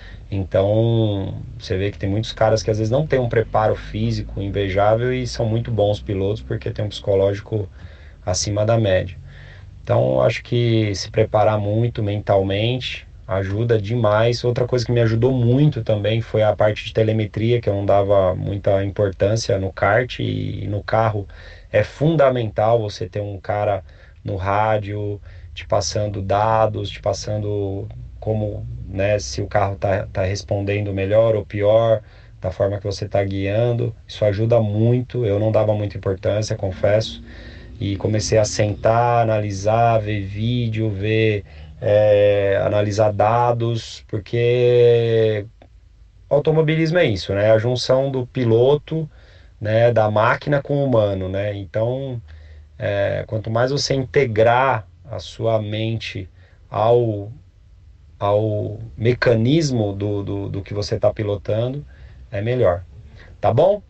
Então, você vê que tem muitos caras que às vezes não têm um preparo físico invejável e são muito bons pilotos porque tem um psicológico acima da média. Então, acho que se preparar muito mentalmente ajuda demais. Outra coisa que me ajudou muito também foi a parte de telemetria, que eu não dava muita importância no kart, e no carro é fundamental você ter um cara no rádio te passando dados, te passando como, né, se o carro tá, tá respondendo melhor ou pior, da forma que você tá guiando. Isso ajuda muito. Eu não dava muita importância, confesso, e comecei a sentar, analisar, ver vídeo, ver, é, analisar dados, porque automobilismo é isso, né? A junção do piloto, né, da máquina com o humano, né? Então, é, quanto mais você integrar a sua mente ao, ao mecanismo do, do, do que você está pilotando, é melhor. Tá bom?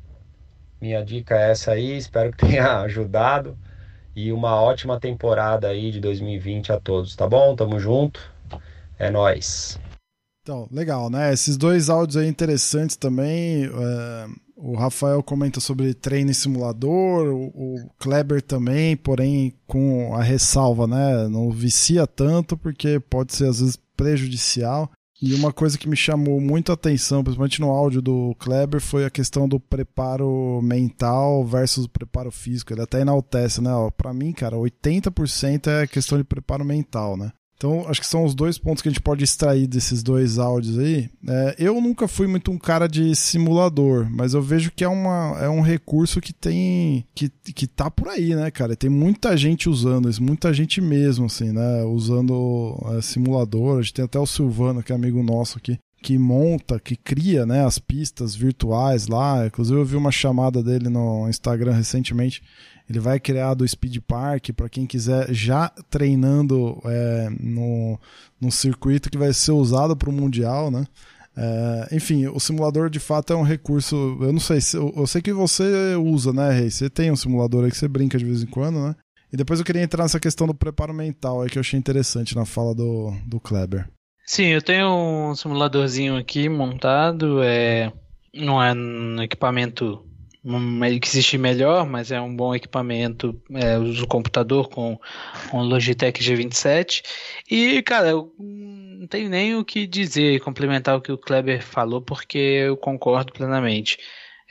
Minha dica é essa aí, espero que tenha ajudado, e uma ótima temporada aí de dois mil e vinte a todos, tá bom? Tamo junto, é nóis. Então, legal, né? Esses dois áudios aí interessantes também. É, o Rafael comenta sobre treino em simulador, o, o Kleber também, porém com a ressalva, né? Não vicia tanto porque pode ser às vezes prejudicial. E uma coisa que me chamou muito a atenção, principalmente no áudio do Kleber, foi a questão do preparo mental versus o preparo físico. Ele até enaltece, né? Ó, pra mim, cara, oitenta por cento é questão de preparo mental, né? Então, acho que são os dois pontos que a gente pode extrair desses dois áudios aí. É, eu nunca fui muito um cara de simulador, mas eu vejo que é, uma, é um recurso que tem, que, que tá por aí, né, cara? Tem muita gente usando isso, muita gente mesmo, assim, né? Usando é, simulador. A gente tem até o Silvano, que é amigo nosso aqui, que monta, que cria, né, as pistas virtuais lá. Inclusive eu vi uma chamada dele no Instagram recentemente. Ele vai criar do Speed Park para quem quiser já treinando é, no, no circuito que vai ser usado para o Mundial, né? É, enfim, o simulador de fato é um recurso. Eu não sei, eu, eu sei que você usa, né, Rei? Você tem um simulador aí que você brinca de vez em quando, né? E depois eu queria entrar nessa questão do preparo mental aí que eu achei interessante na fala do, do Kleber. Sim, eu tenho um simuladorzinho aqui montado, é, não é um equipamento que existe melhor, mas é um bom equipamento. É, uso o computador com um Logitech G vinte e sete e, cara, eu não tenho nem o que dizer, complementar o que o Kleber falou, porque eu concordo plenamente.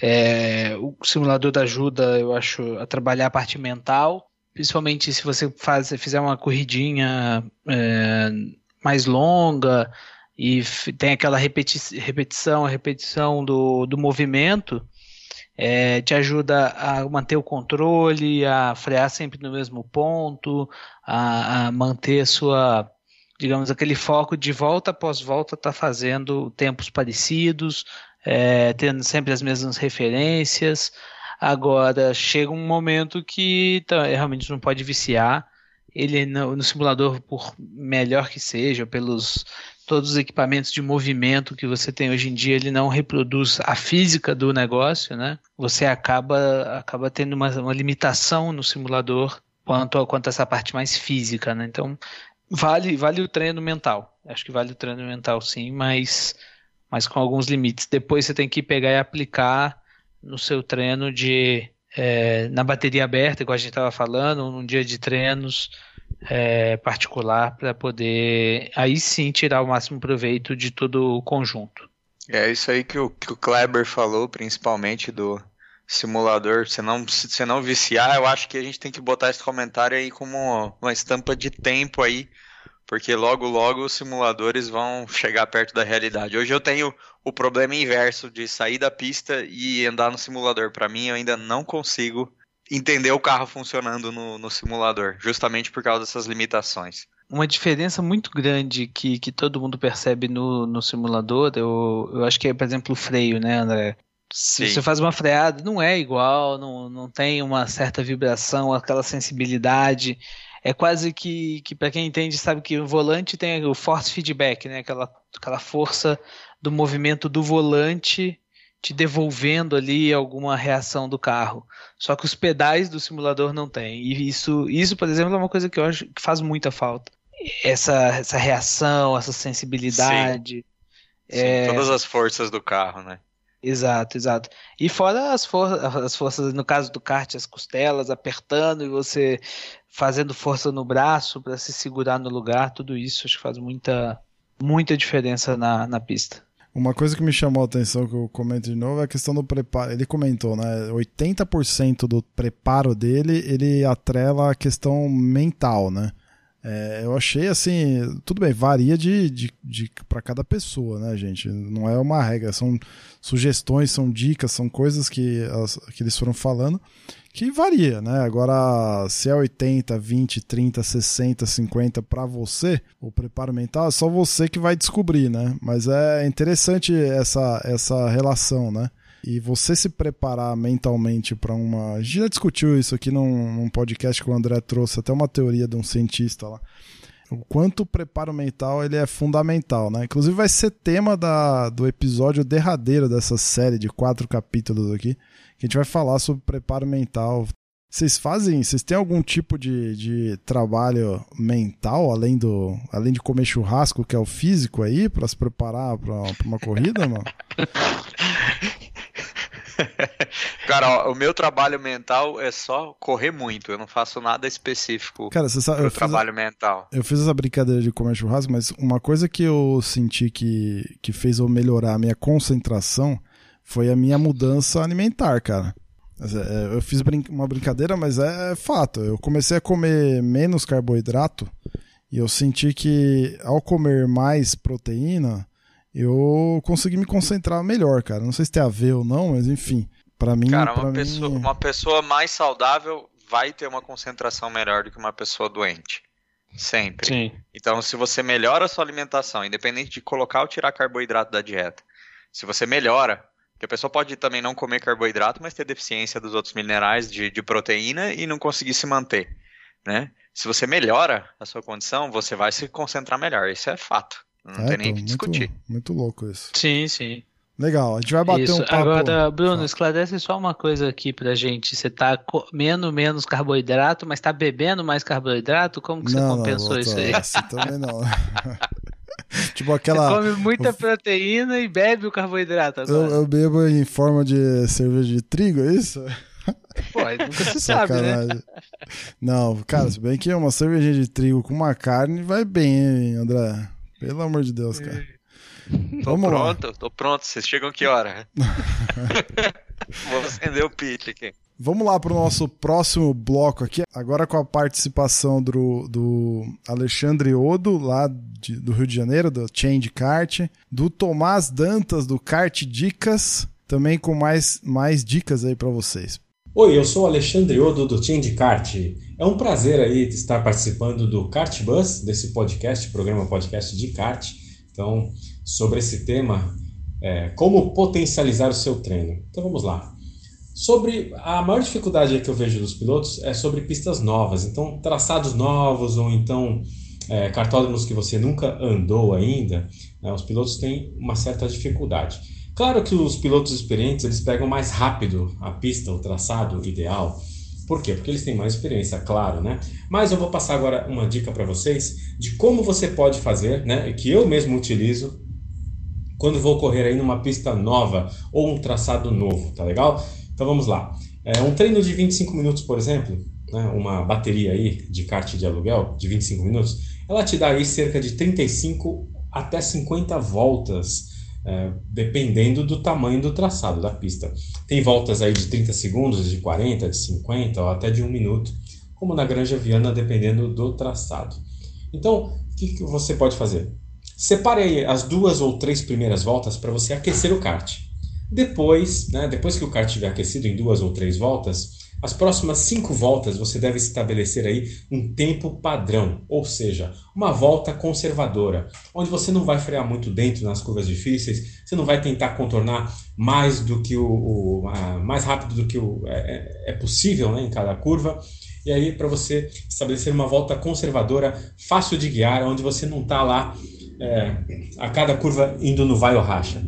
É, o simulador ajuda, eu acho, a trabalhar a parte mental, principalmente se você faz, fizer uma corridinha é, mais longa e f- tem aquela repeti- repetição, repetição do, do movimento, é, te ajuda a manter o controle, a frear sempre no mesmo ponto, a, a manter a sua, digamos, aquele foco de volta após volta, tá fazendo tempos parecidos, é, tendo sempre as mesmas referências. Agora, chega um momento que tá, realmente não pode viciar. Ele no, no simulador, por melhor que seja, pelos todos os equipamentos de movimento que você tem hoje em dia, ele não reproduz a física do negócio, né? Você acaba, acaba tendo uma, uma limitação no simulador quanto a, quanto a essa parte mais física, né? Então, vale, vale o treino mental. Acho que vale o treino mental, sim, mas, mas com alguns limites. Depois você tem que pegar e aplicar no seu treino de é, na bateria aberta, igual a gente estava falando, num dia de treinos é, particular, para poder aí sim tirar o máximo proveito de todo o conjunto. É isso aí que o, que o Kleber falou, principalmente do simulador. Se não, se não viciar, eu acho que a gente tem que botar esse comentário aí como uma estampa de tempo aí, porque logo logo os simuladores vão chegar perto da realidade. Hoje eu tenho o problema inverso de sair da pista e andar no simulador. Para mim, eu ainda não consigo entender o carro funcionando no, no simulador, justamente por causa dessas limitações. Uma diferença muito grande que, que todo mundo percebe no, no simulador, eu, eu acho que é, por exemplo, o freio, né, André? Se Sim. você faz uma freada, não é igual, não, não tem uma certa vibração, aquela sensibilidade. É quase que, que para quem entende, sabe que o volante tem o force feedback, né? Aquela, aquela força do movimento do volante te devolvendo ali alguma reação do carro. Só que os pedais do simulador não tem. E isso, isso, por exemplo, é uma coisa que eu acho que faz muita falta. Essa, essa reação, essa sensibilidade. Sim, é... todas as forças do carro, né? Exato, exato. E fora as, for as forças, no caso do kart, as costelas apertando e você fazendo força no braço para se segurar no lugar, tudo isso acho que faz muita, muita diferença na, na pista. Uma coisa que me chamou a atenção, que eu comento de novo, é a questão do preparo. Ele comentou, né? oitenta por cento do preparo dele, ele atrela a questão mental, né? É, eu achei assim, tudo bem, varia de, de, de para cada pessoa, né, gente? Não é uma regra, são sugestões, são dicas, são coisas que, as, que eles foram falando que varia, né? Agora, se é oitenta, vinte, trinta, sessenta, cinquenta para você, o preparo mental é só você que vai descobrir, né? Mas é interessante essa, essa relação, né? E você se preparar mentalmente para uma... A gente já discutiu isso aqui num, num podcast que o André trouxe, até uma teoria de um cientista lá. O quanto o preparo mental ele é fundamental, né? Inclusive vai ser tema da, do episódio derradeiro dessa série de quatro capítulos aqui, que a gente vai falar sobre preparo mental. Vocês fazem, vocês têm algum tipo de, de trabalho mental, além, do, além de comer churrasco, que é o físico aí, para se preparar para uma corrida, mano? Cara, ó, o meu trabalho mental é só correr muito. Eu não faço nada específico Cara, você sabe, pro eu trabalho a, mental. Eu fiz essa brincadeira de comer churrasco, mas uma coisa que eu senti que, que fez eu melhorar a minha concentração foi a minha mudança alimentar, cara. Eu fiz brin- uma brincadeira, mas é fato. Eu comecei a comer menos carboidrato e eu senti que ao comer mais proteína, eu consegui me concentrar melhor, cara. Não sei se tem a ver ou não, mas enfim, pra mim... Cara, uma, pra pessoa, mim... uma pessoa mais saudável vai ter uma concentração melhor do que uma pessoa doente. Sempre. Sim. Então, se você melhora a sua alimentação, independente de colocar ou tirar carboidrato da dieta, se você melhora, porque a pessoa pode também não comer carboidrato, mas ter deficiência dos outros minerais de, de proteína e não conseguir se manter, né? Se você melhora a sua condição, você vai se concentrar melhor. Isso é fato. Não é, tem nem o que muito, discutir. Muito louco isso. Sim, sim. Legal, a gente vai bater Isso. um papo... Agora, Bruno, Fala. esclarece só uma coisa aqui pra gente. Você tá comendo menos carboidrato, mas tá bebendo mais carboidrato? Como que você não, compensou não, isso tô, aí? assim também não. Tipo aquela... Você come muita proteína e bebe o carboidrato agora. Eu, eu bebo em forma de cerveja de trigo, é isso? Pô, nunca se sabe, né? Não, cara, se bem que uma cervejinha de trigo com uma carne vai bem, hein, André? Pelo amor de Deus, cara. Tô Vamos pronto, lá. tô pronto. Vocês chegam que hora? Vou acender o pitch aqui. Vamos lá para o nosso próximo bloco aqui, agora com a participação do, do Alexandre Odo, lá de, do Rio de Janeiro, do Change Kart, do Tomás Dantas, do Kart Dicas, também com mais, mais dicas aí para vocês. Oi, eu sou o Alexandre Odo do Change Kart. É um prazer aí estar participando do Kart Bus, desse podcast, programa podcast de kart. Então, sobre esse tema, é, como potencializar o seu treino. Então vamos lá. Sobre a maior dificuldade que eu vejo dos pilotos é sobre pistas novas, então traçados novos ou então é, cartódromos que você nunca andou ainda, né, os pilotos têm uma certa dificuldade. Claro que os pilotos experientes eles pegam mais rápido a pista, o traçado ideal. Por quê? Porque eles têm mais experiência, claro, né? Mas eu vou passar agora uma dica para vocês de como você pode fazer, né, que eu mesmo utilizo quando vou correr aí numa pista nova ou um traçado novo, tá legal? Então vamos lá. É um treino de vinte e cinco minutos, por exemplo, né, uma bateria aí de kart de aluguel de vinte e cinco minutos, ela te dá aí cerca de trinta e cinco até cinquenta voltas, é, dependendo do tamanho do traçado da pista. Tem voltas aí de trinta segundos, de quarenta, de cinquenta ou até de um minuto, como na Granja Viana, dependendo do traçado. Então, o que, que você pode fazer? Separe aí as duas ou três primeiras voltas para você aquecer o kart. Depois, né, depois que o kart estiver aquecido em duas ou três voltas, as próximas cinco voltas você deve estabelecer aí um tempo padrão, ou seja, uma volta conservadora, onde você não vai frear muito dentro nas curvas difíceis, você não vai tentar contornar mais do que o, o a, mais rápido do que o, é, é possível, né, em cada curva. E aí para você estabelecer uma volta conservadora, fácil de guiar, onde você não está lá é, a cada curva indo no vai ou racha.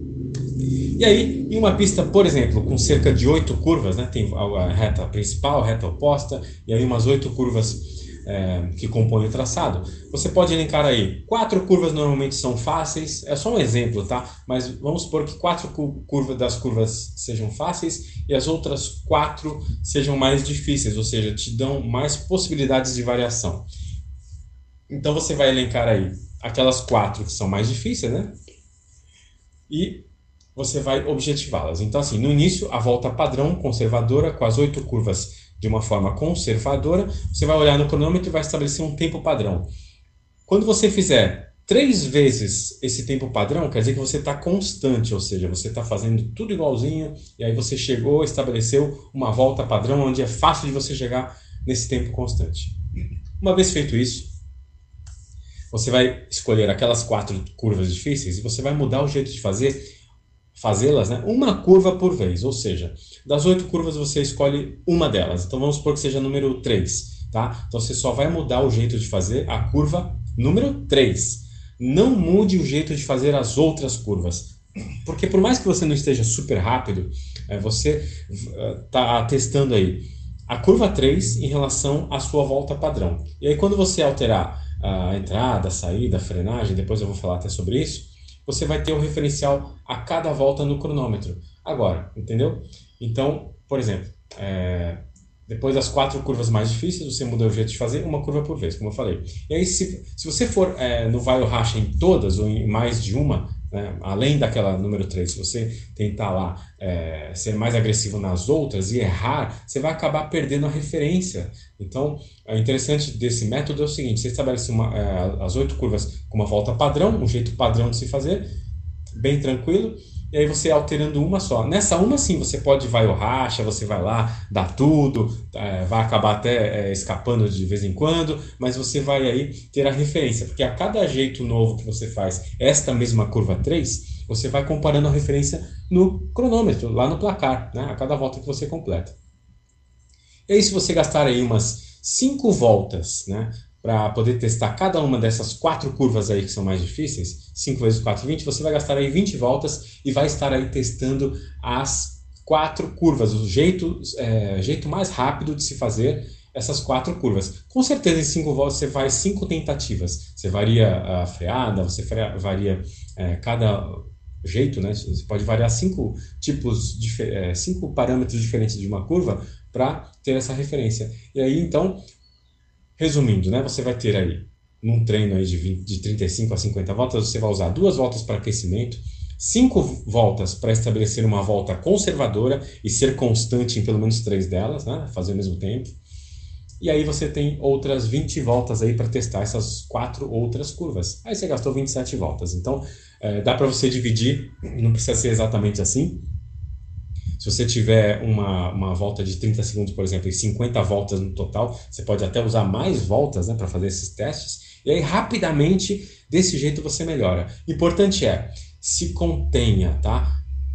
E aí, em uma pista, por exemplo, com cerca de oito curvas, né, tem a reta principal, a reta oposta, e aí umas oito curvas é, que compõem o traçado, você pode elencar aí, quatro curvas normalmente são fáceis, é só um exemplo, tá? Mas vamos supor que quatro curvas das curvas sejam fáceis e as outras quatro sejam mais difíceis, ou seja, te dão mais possibilidades de variação. Então você vai elencar aí aquelas quatro que são mais difíceis, né? E você vai objetivá-las. Então, assim, no início, a volta padrão conservadora, com as oito curvas de uma forma conservadora, você vai olhar no cronômetro e vai estabelecer um tempo padrão. Quando você fizer três vezes esse tempo padrão, quer dizer que você está constante, ou seja, você está fazendo tudo igualzinho, e aí você chegou, estabeleceu uma volta padrão, onde é fácil de você chegar nesse tempo constante. Uma vez feito isso, você vai escolher aquelas quatro curvas difíceis e você vai mudar o jeito de fazer fazê-las, né, uma curva por vez, ou seja, das oito curvas você escolhe uma delas. Então vamos supor que seja número três, tá? Então você só vai mudar o jeito de fazer a curva número três. Não mude o jeito de fazer as outras curvas, porque por mais que você não esteja super rápido, é, você está testando aí a curva três em relação à sua volta padrão. E aí quando você alterar a entrada, a saída, a frenagem, depois eu vou falar até sobre isso, você vai ter um referencial a cada volta no cronômetro. Agora, entendeu? Então, por exemplo, é, depois das quatro curvas mais difíceis, você muda o jeito de fazer uma curva por vez, como eu falei. E aí, se, se você for é, no vai ou racha em todas, ou em mais de uma, né, além daquela número três, se você tentar lá é, ser mais agressivo nas outras e errar, você vai acabar perdendo a referência. Então, o interessante desse método é o seguinte: você estabelece uma, é, as oito curvas com uma volta padrão, um jeito padrão de se fazer, bem tranquilo, e aí você alterando uma só. Nessa uma sim, você pode vai ou racha, você vai lá, dá tudo, é, vai acabar até é, escapando de vez em quando, mas você vai aí ter a referência, porque a cada jeito novo que você faz esta mesma curva três, você vai comparando a referência no cronômetro, lá no placar, né, a cada volta que você completa. E aí se você gastar aí umas cinco voltas, né, para poder testar cada uma dessas quatro curvas aí que são mais difíceis, cinco vezes quatro, vinte, você vai gastar aí vinte voltas e vai estar aí testando as quatro curvas, o jeito, é, jeito mais rápido de se fazer essas quatro curvas. Com certeza em cinco voltas você faz cinco tentativas, você varia a freada, você varia é, cada jeito, né? Você pode variar cinco tipos, é, cinco parâmetros diferentes de uma curva para ter essa referência. E aí então, resumindo, né, você vai ter aí, num treino aí de, vinte, de trinta e cinco a cinquenta voltas, você vai usar duas voltas para aquecimento, cinco voltas para estabelecer uma volta conservadora e ser constante em pelo menos três delas, né? Fazer ao mesmo tempo. E aí você tem outras vinte voltas aí para testar essas quatro outras curvas. Aí você gastou vinte e sete voltas. Então, é, dá para você dividir, não precisa ser exatamente assim. Se você tiver uma, uma volta de trinta segundos, por exemplo, e cinquenta voltas no total, você pode até usar mais voltas, né, para fazer esses testes. E aí, rapidamente, desse jeito você melhora. Importante é, se contenha, tá?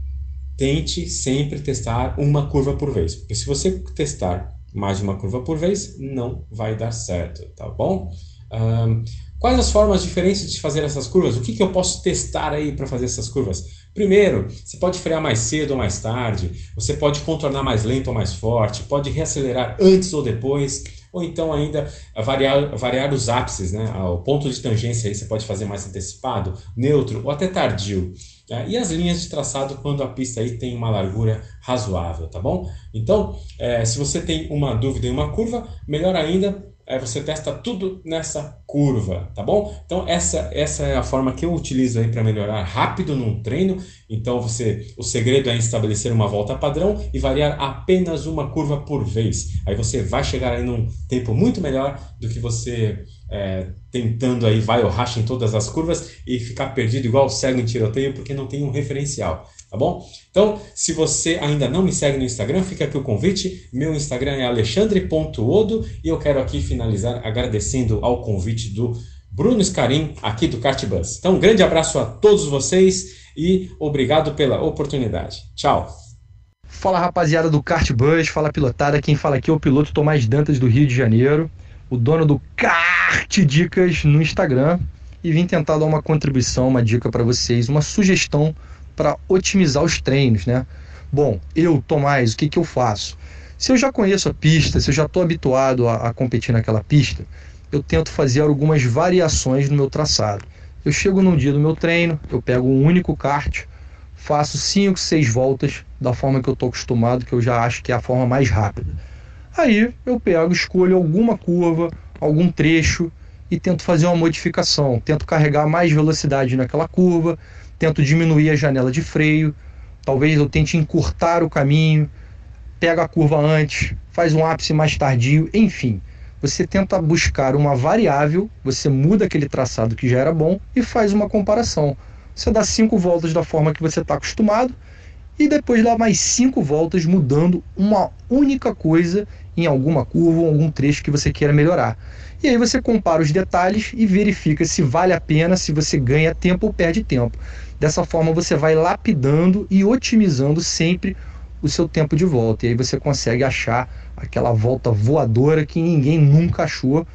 Tente sempre testar uma curva por vez. Porque se você testar mais de uma curva por vez, não vai dar certo, tá bom? Um, quais as formas diferentes de fazer essas curvas? O que, que eu posso testar aí para fazer essas curvas? Primeiro, você pode frear mais cedo ou mais tarde, você pode contornar mais lento ou mais forte, pode reacelerar antes ou depois, ou então ainda variar, variar os ápices, né? O ponto de tangência aí você pode fazer mais antecipado, neutro ou até tardio. E as linhas de traçado quando a pista aí tem uma largura razoável, tá bom? Então, é, se você tem uma dúvida em uma curva, melhor ainda, é, você testa tudo nessa curva, tá bom? Então, essa, essa é a forma que eu utilizo aí para melhorar rápido num treino. Então, você, o segredo é estabelecer uma volta padrão e variar apenas uma curva por vez. Aí você vai chegar aí num tempo muito melhor do que você... É, tentando aí vai ou racha em todas as curvas e ficar perdido igual cego em tiroteio porque não tem um referencial, tá bom? Então, se você ainda não me segue no Instagram, fica aqui o convite. Meu Instagram é alexandre ponto odo e eu quero aqui finalizar agradecendo ao convite do Bruno Scarin aqui do Kart Bus. Então, um grande abraço a todos vocês e obrigado pela oportunidade. Tchau! Fala, rapaziada do Kart Bus, fala pilotada, quem fala aqui é o piloto Tomás Dantas do Rio de Janeiro, o dono do Kart Dicas no Instagram, e vim tentar dar uma contribuição, uma dica para vocês, uma sugestão para otimizar os treinos, né? Bom, eu, Tomás, o que, que eu faço? Se eu já conheço a pista, se eu já estou habituado a, a competir naquela pista, eu tento fazer algumas variações no meu traçado. Eu chego num dia do meu treino, eu pego um único kart, faço cinco, seis voltas da forma que eu estou acostumado, que eu já acho que é a forma mais rápida. Aí eu pego, escolho alguma curva, algum trecho e tento fazer uma modificação. Tento carregar mais velocidade naquela curva, tento diminuir a janela de freio, talvez eu tente encurtar o caminho, pego a curva antes, faz um ápice mais tardio, enfim. Você tenta buscar uma variável, você muda aquele traçado que já era bom e faz uma comparação. Você dá cinco voltas da forma que você está acostumado e depois dá mais cinco voltas mudando uma única coisa em alguma curva ou algum trecho que você queira melhorar. E aí você compara os detalhes e verifica se vale a pena, se você ganha tempo ou perde tempo. Dessa forma você vai lapidando e otimizando sempre o seu tempo de volta. E aí você consegue achar aquela volta voadora que ninguém nunca achou.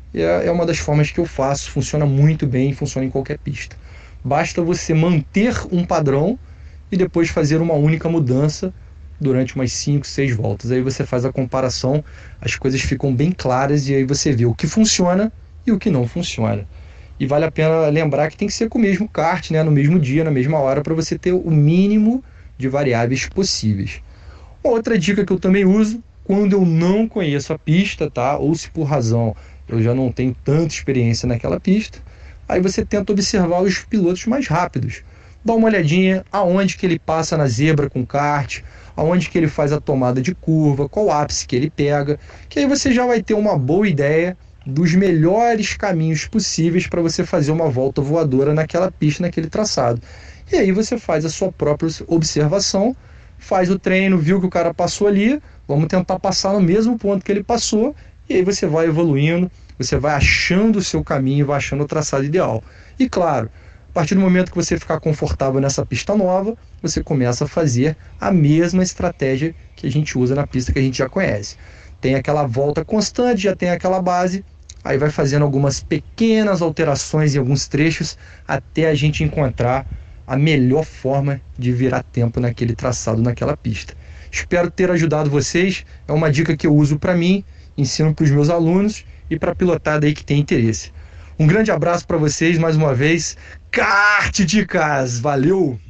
É uma das formas que eu faço, funciona muito bem, funciona em qualquer pista. Basta você manter um padrão e depois fazer uma única mudança durante umas cinco, seis voltas. Aí você faz a comparação, as coisas ficam bem claras e aí você vê o que funciona e o que não funciona. E vale a pena lembrar que tem que ser com o mesmo kart, né, no mesmo dia, na mesma hora, para você ter o mínimo de variáveis possíveis. Uma outra dica que eu também uso, quando eu não conheço a pista, tá, ou se por razão eu já não tenho tanta experiência naquela pista, aí você tenta observar os pilotos mais rápidos. Dá uma olhadinha aonde que ele passa na zebra com kart, aonde que ele faz a tomada de curva, qual ápice que ele pega, que aí você já vai ter uma boa ideia dos melhores caminhos possíveis para você fazer uma volta voadora naquela pista, naquele traçado. E aí você faz a sua própria observação, faz o treino, viu que o cara passou ali, vamos tentar passar no mesmo ponto que ele passou, e aí você vai evoluindo, você vai achando o seu caminho, vai achando o traçado ideal. E claro, a partir do momento que você ficar confortável nessa pista nova, você começa a fazer a mesma estratégia que a gente usa na pista que a gente já conhece. Tem aquela volta constante, já tem aquela base, aí vai fazendo algumas pequenas alterações em alguns trechos até a gente encontrar a melhor forma de virar tempo naquele traçado, naquela pista. Espero ter ajudado vocês, é uma dica que eu uso para mim, ensino para os meus alunos e para a pilotada aí que tem interesse. Um grande abraço para vocês mais uma vez. Kart Dicas, valeu!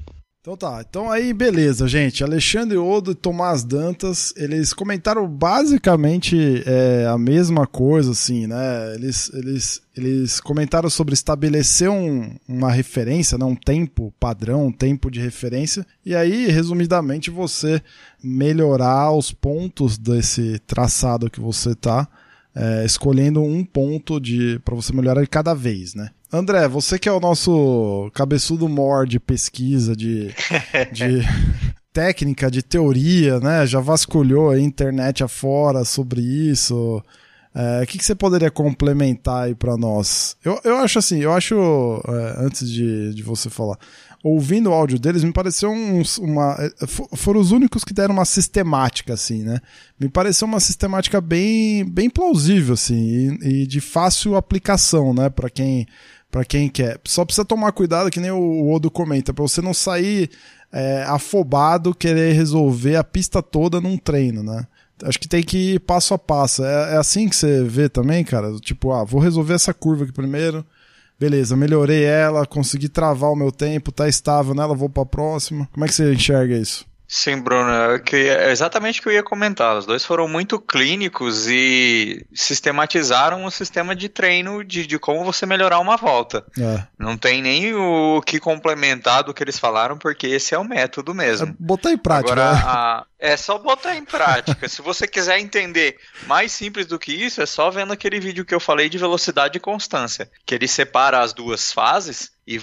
Então tá, então aí beleza, gente. Alexandre Odo e Tomás Dantas, eles comentaram basicamente é, a mesma coisa, assim, né? Eles, eles, eles comentaram sobre estabelecer um, uma referência, né? Um tempo padrão, um tempo de referência, e aí, resumidamente, você melhorar os pontos desse traçado que você tá é, escolhendo um ponto de para você melhorar de cada vez, né? André, você que é o nosso cabeçudo mor de pesquisa, de, de técnica, de teoria, né? Já vasculhou a internet afora sobre isso. É, o que, que você poderia complementar aí para nós? Eu, eu acho assim, eu acho, é, antes de, de você falar, ouvindo o áudio deles, me pareceu uns, uma... Foram os únicos que deram uma sistemática, assim, né? Me pareceu uma sistemática bem, bem plausível, assim, e, e de fácil aplicação, né? Para quem... Pra quem quer. Só precisa tomar cuidado, que nem o Odo comenta, pra você não sair é, afobado, querer resolver a pista toda num treino, né? Acho que tem que ir passo a passo. É, é assim que você vê também, cara? Tipo, ah, vou resolver essa curva aqui primeiro. Beleza, melhorei ela, consegui travar o meu tempo, tá estável nela, vou pra próxima. Como é que você enxerga isso? Sim, Bruno, é exatamente o que eu ia comentar. Os dois foram muito clínicos e sistematizaram o sistema de treino de, de como você melhorar uma volta. É. Não tem nem o que complementar do que eles falaram, porque esse é o método mesmo. É botar em prática. Agora, né? a, é só botar em prática. Se você quiser entender mais simples do que isso, é só vendo aquele vídeo que eu falei de velocidade e constância, que ele separa as duas fases. E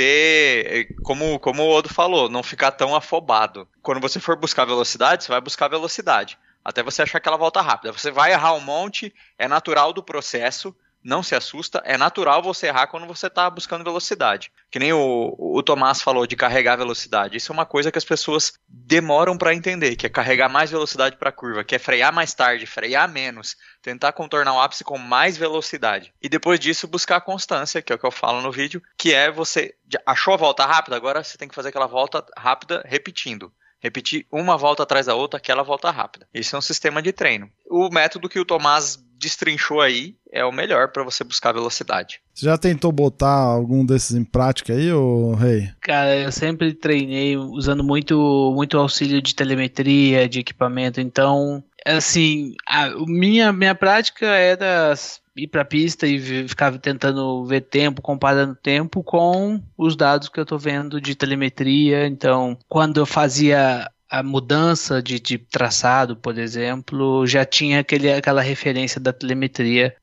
você, como, como o Odo falou, não ficar tão afobado. Quando você for buscar velocidade, você vai buscar velocidade. Até você achar aquela volta rápida. Você vai errar um monte, é natural do processo, não se assusta. É natural você errar quando você está buscando velocidade. Que nem o, o Tomás falou de carregar velocidade. Isso é uma coisa que as pessoas demoram para entender, que é carregar mais velocidade para a curva, que é frear mais tarde, frear menos, tentar contornar o ápice com mais velocidade. E depois disso buscar a constância, que é o que eu falo no vídeo, que é você achou a volta rápida, agora você tem que fazer aquela volta rápida repetindo. Repetir uma volta atrás da outra, aquela volta rápida. Esse é um sistema de treino. O método que o Tomás destrinchou aí é o melhor para você buscar velocidade. Você já tentou botar algum desses em prática aí, ô Rei? Cara, eu sempre treinei usando muito, muito auxílio de telemetria, de equipamento, então, assim, a minha, minha prática era ir pra pista e ficar tentando ver tempo, comparando tempo com os dados que eu tô vendo de telemetria. Então, quando eu fazia a mudança de, de traçado, por exemplo, já tinha aquele, aquela referência da telemetria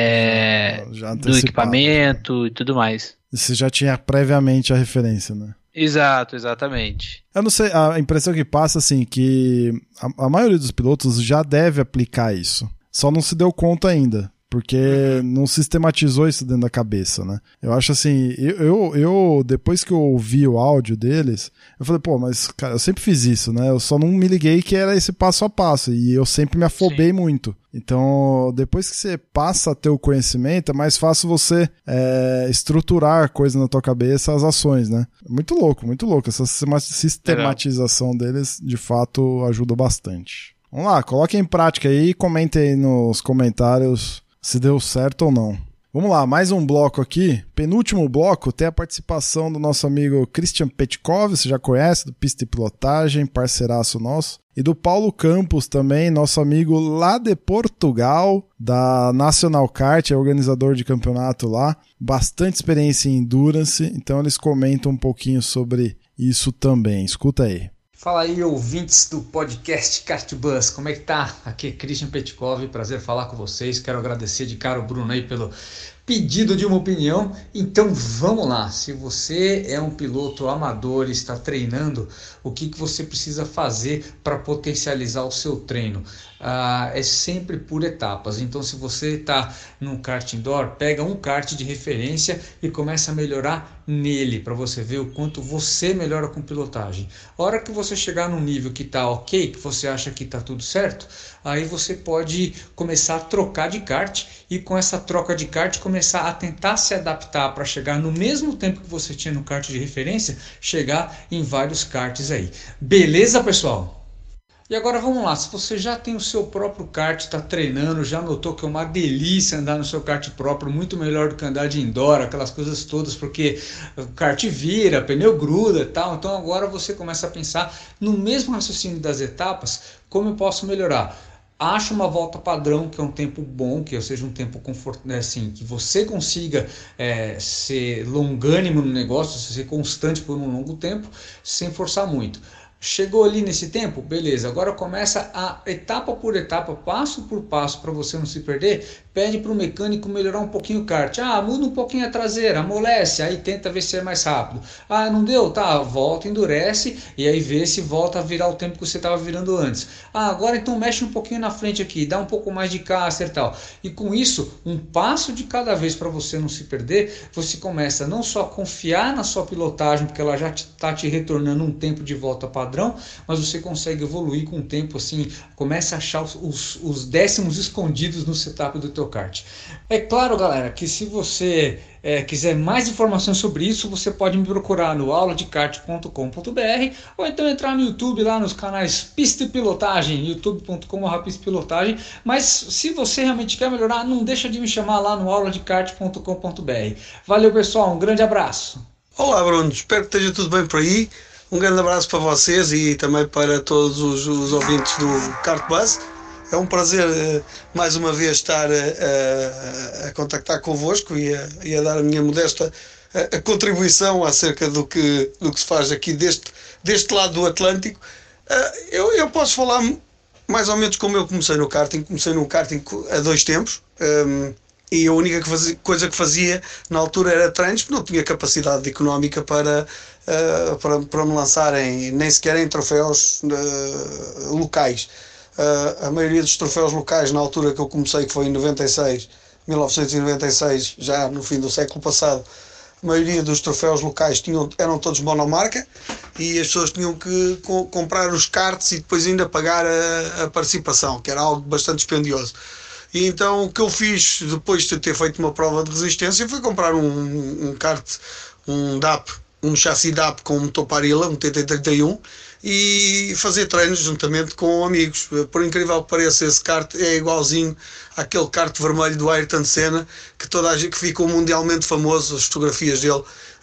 é, já do equipamento, né? E tudo mais. Você já tinha previamente a referência, né? Exato, exatamente. Eu não sei, a impressão que passa, assim, que a, a maioria dos pilotos já deve aplicar isso. Só não se deu conta ainda. Porque não sistematizou isso dentro da cabeça, né? Eu acho assim, eu, eu, eu depois que eu ouvi o áudio deles, eu falei, pô, mas cara, eu sempre fiz isso, né? Eu só não me liguei que era esse passo a passo, e eu sempre me afobei Sim. muito. Então, depois que você passa a ter o conhecimento, é mais fácil você é, estruturar coisa na tua cabeça, as ações, né? Muito louco, muito louco. Essa sistematização Legal. deles, de fato, ajuda bastante. Vamos lá, coloquem em prática aí e comentem aí nos comentários se deu certo ou não. Vamos lá, mais um bloco aqui. Penúltimo bloco tem a participação do nosso amigo Christian Petkov, você já conhece, do Pista e Pilotagem, parceiraço nosso. E do Paulo Campos também, nosso amigo lá de Portugal, da National Kart, é organizador de campeonato lá. Bastante experiência em Endurance, então eles comentam um pouquinho sobre isso também. Escuta aí. Fala aí, ouvintes do podcast Kartbus, como é que tá? Aqui é Christian Petkov, prazer falar com vocês, quero agradecer de cara o Bruno aí pelo pedido de uma opinião. Então vamos lá, se você é um piloto amador e está treinando, o que, que você precisa fazer para potencializar o seu treino? Ah, é sempre por etapas. Então, se você está num kart indoor, pega um kart de referência e começa a melhorar nele, para você ver o quanto você melhora com pilotagem. A hora que você chegar num nível que está ok, que você acha que está tudo certo, aí você pode começar a trocar de kart e com essa troca de kart começar a tentar se adaptar para chegar no mesmo tempo que você tinha no kart de referência, chegar em vários karts aí. Beleza, pessoal? E agora vamos lá, se você já tem o seu próprio kart, está treinando, já notou que é uma delícia andar no seu kart próprio, muito melhor do que andar de indoor, aquelas coisas todas, porque o kart vira, pneu gruda e tal, então agora você começa a pensar no mesmo raciocínio das etapas, como eu posso melhorar. Acha uma volta padrão, que é um tempo bom, que seja um tempo confortável, assim, que você consiga é, ser longânimo no negócio, ser constante por um longo tempo, sem forçar muito. Chegou ali nesse tempo? Beleza, agora começa a etapa por etapa, passo por passo, para você não se perder. Pede para o mecânico melhorar um pouquinho o kart. Ah, muda um pouquinho a traseira, amolece, aí tenta ver se é mais rápido. Ah, não deu? Tá, volta, endurece e aí vê se volta a virar o tempo que você estava virando antes. Ah, agora então mexe um pouquinho na frente aqui, dá um pouco mais de caster e tal. E com isso, um passo de cada vez para você não se perder, você começa não só a confiar na sua pilotagem, porque ela já está te retornando um tempo de volta padrão, mas você consegue evoluir com o tempo, assim, começa a achar os, os, os décimos escondidos no setup do teu kart. É claro, galera, que se você é, quiser mais informações sobre isso, você pode me procurar no aula de kart ponto com ponto b r ou então entrar no YouTube, lá nos canais Pista e Pilotagem, youtube ponto com barra pista e pilotagem. Mas se você realmente quer melhorar, não deixa de me chamar lá no aula de kart ponto com ponto b r. Valeu, pessoal, um grande abraço. Olá, Bruno, espero que esteja tudo bem por aí. Um grande abraço para vocês e também para todos os, os ouvintes do Kart Buzz. É um prazer mais uma vez estar a, a, a contactar convosco e a, e a dar a minha modesta a, a contribuição acerca do que, do que se faz aqui deste, deste lado do Atlântico. Eu, eu posso falar mais ou menos como eu comecei no karting. Comecei no karting a dois tempos. Um, E a única que fazia, coisa que fazia na altura era treinos, porque não tinha capacidade económica para, uh, para, para me lançarem nem sequer em troféus uh, locais. Uh, a maioria dos troféus locais na altura que eu comecei, que foi em noventa e seis, mil novecentos e noventa e seis, já no fim do século passado, a maioria dos troféus locais tinham, eram todos monomarca e as pessoas tinham que co- comprar os karts e depois ainda pagar a, a participação, que era algo bastante dispendioso. E então o que eu fiz depois de ter feito uma prova de resistência foi comprar um, um kart, um D A P, um chassi D A P com um motor Parilla, um T T trinta e um, e fazer treinos juntamente com amigos. Por incrível que pareça, esse kart é igualzinho àquele kart vermelho do Ayrton Senna, que toda a gente, que ficou mundialmente famoso, as fotografias dele,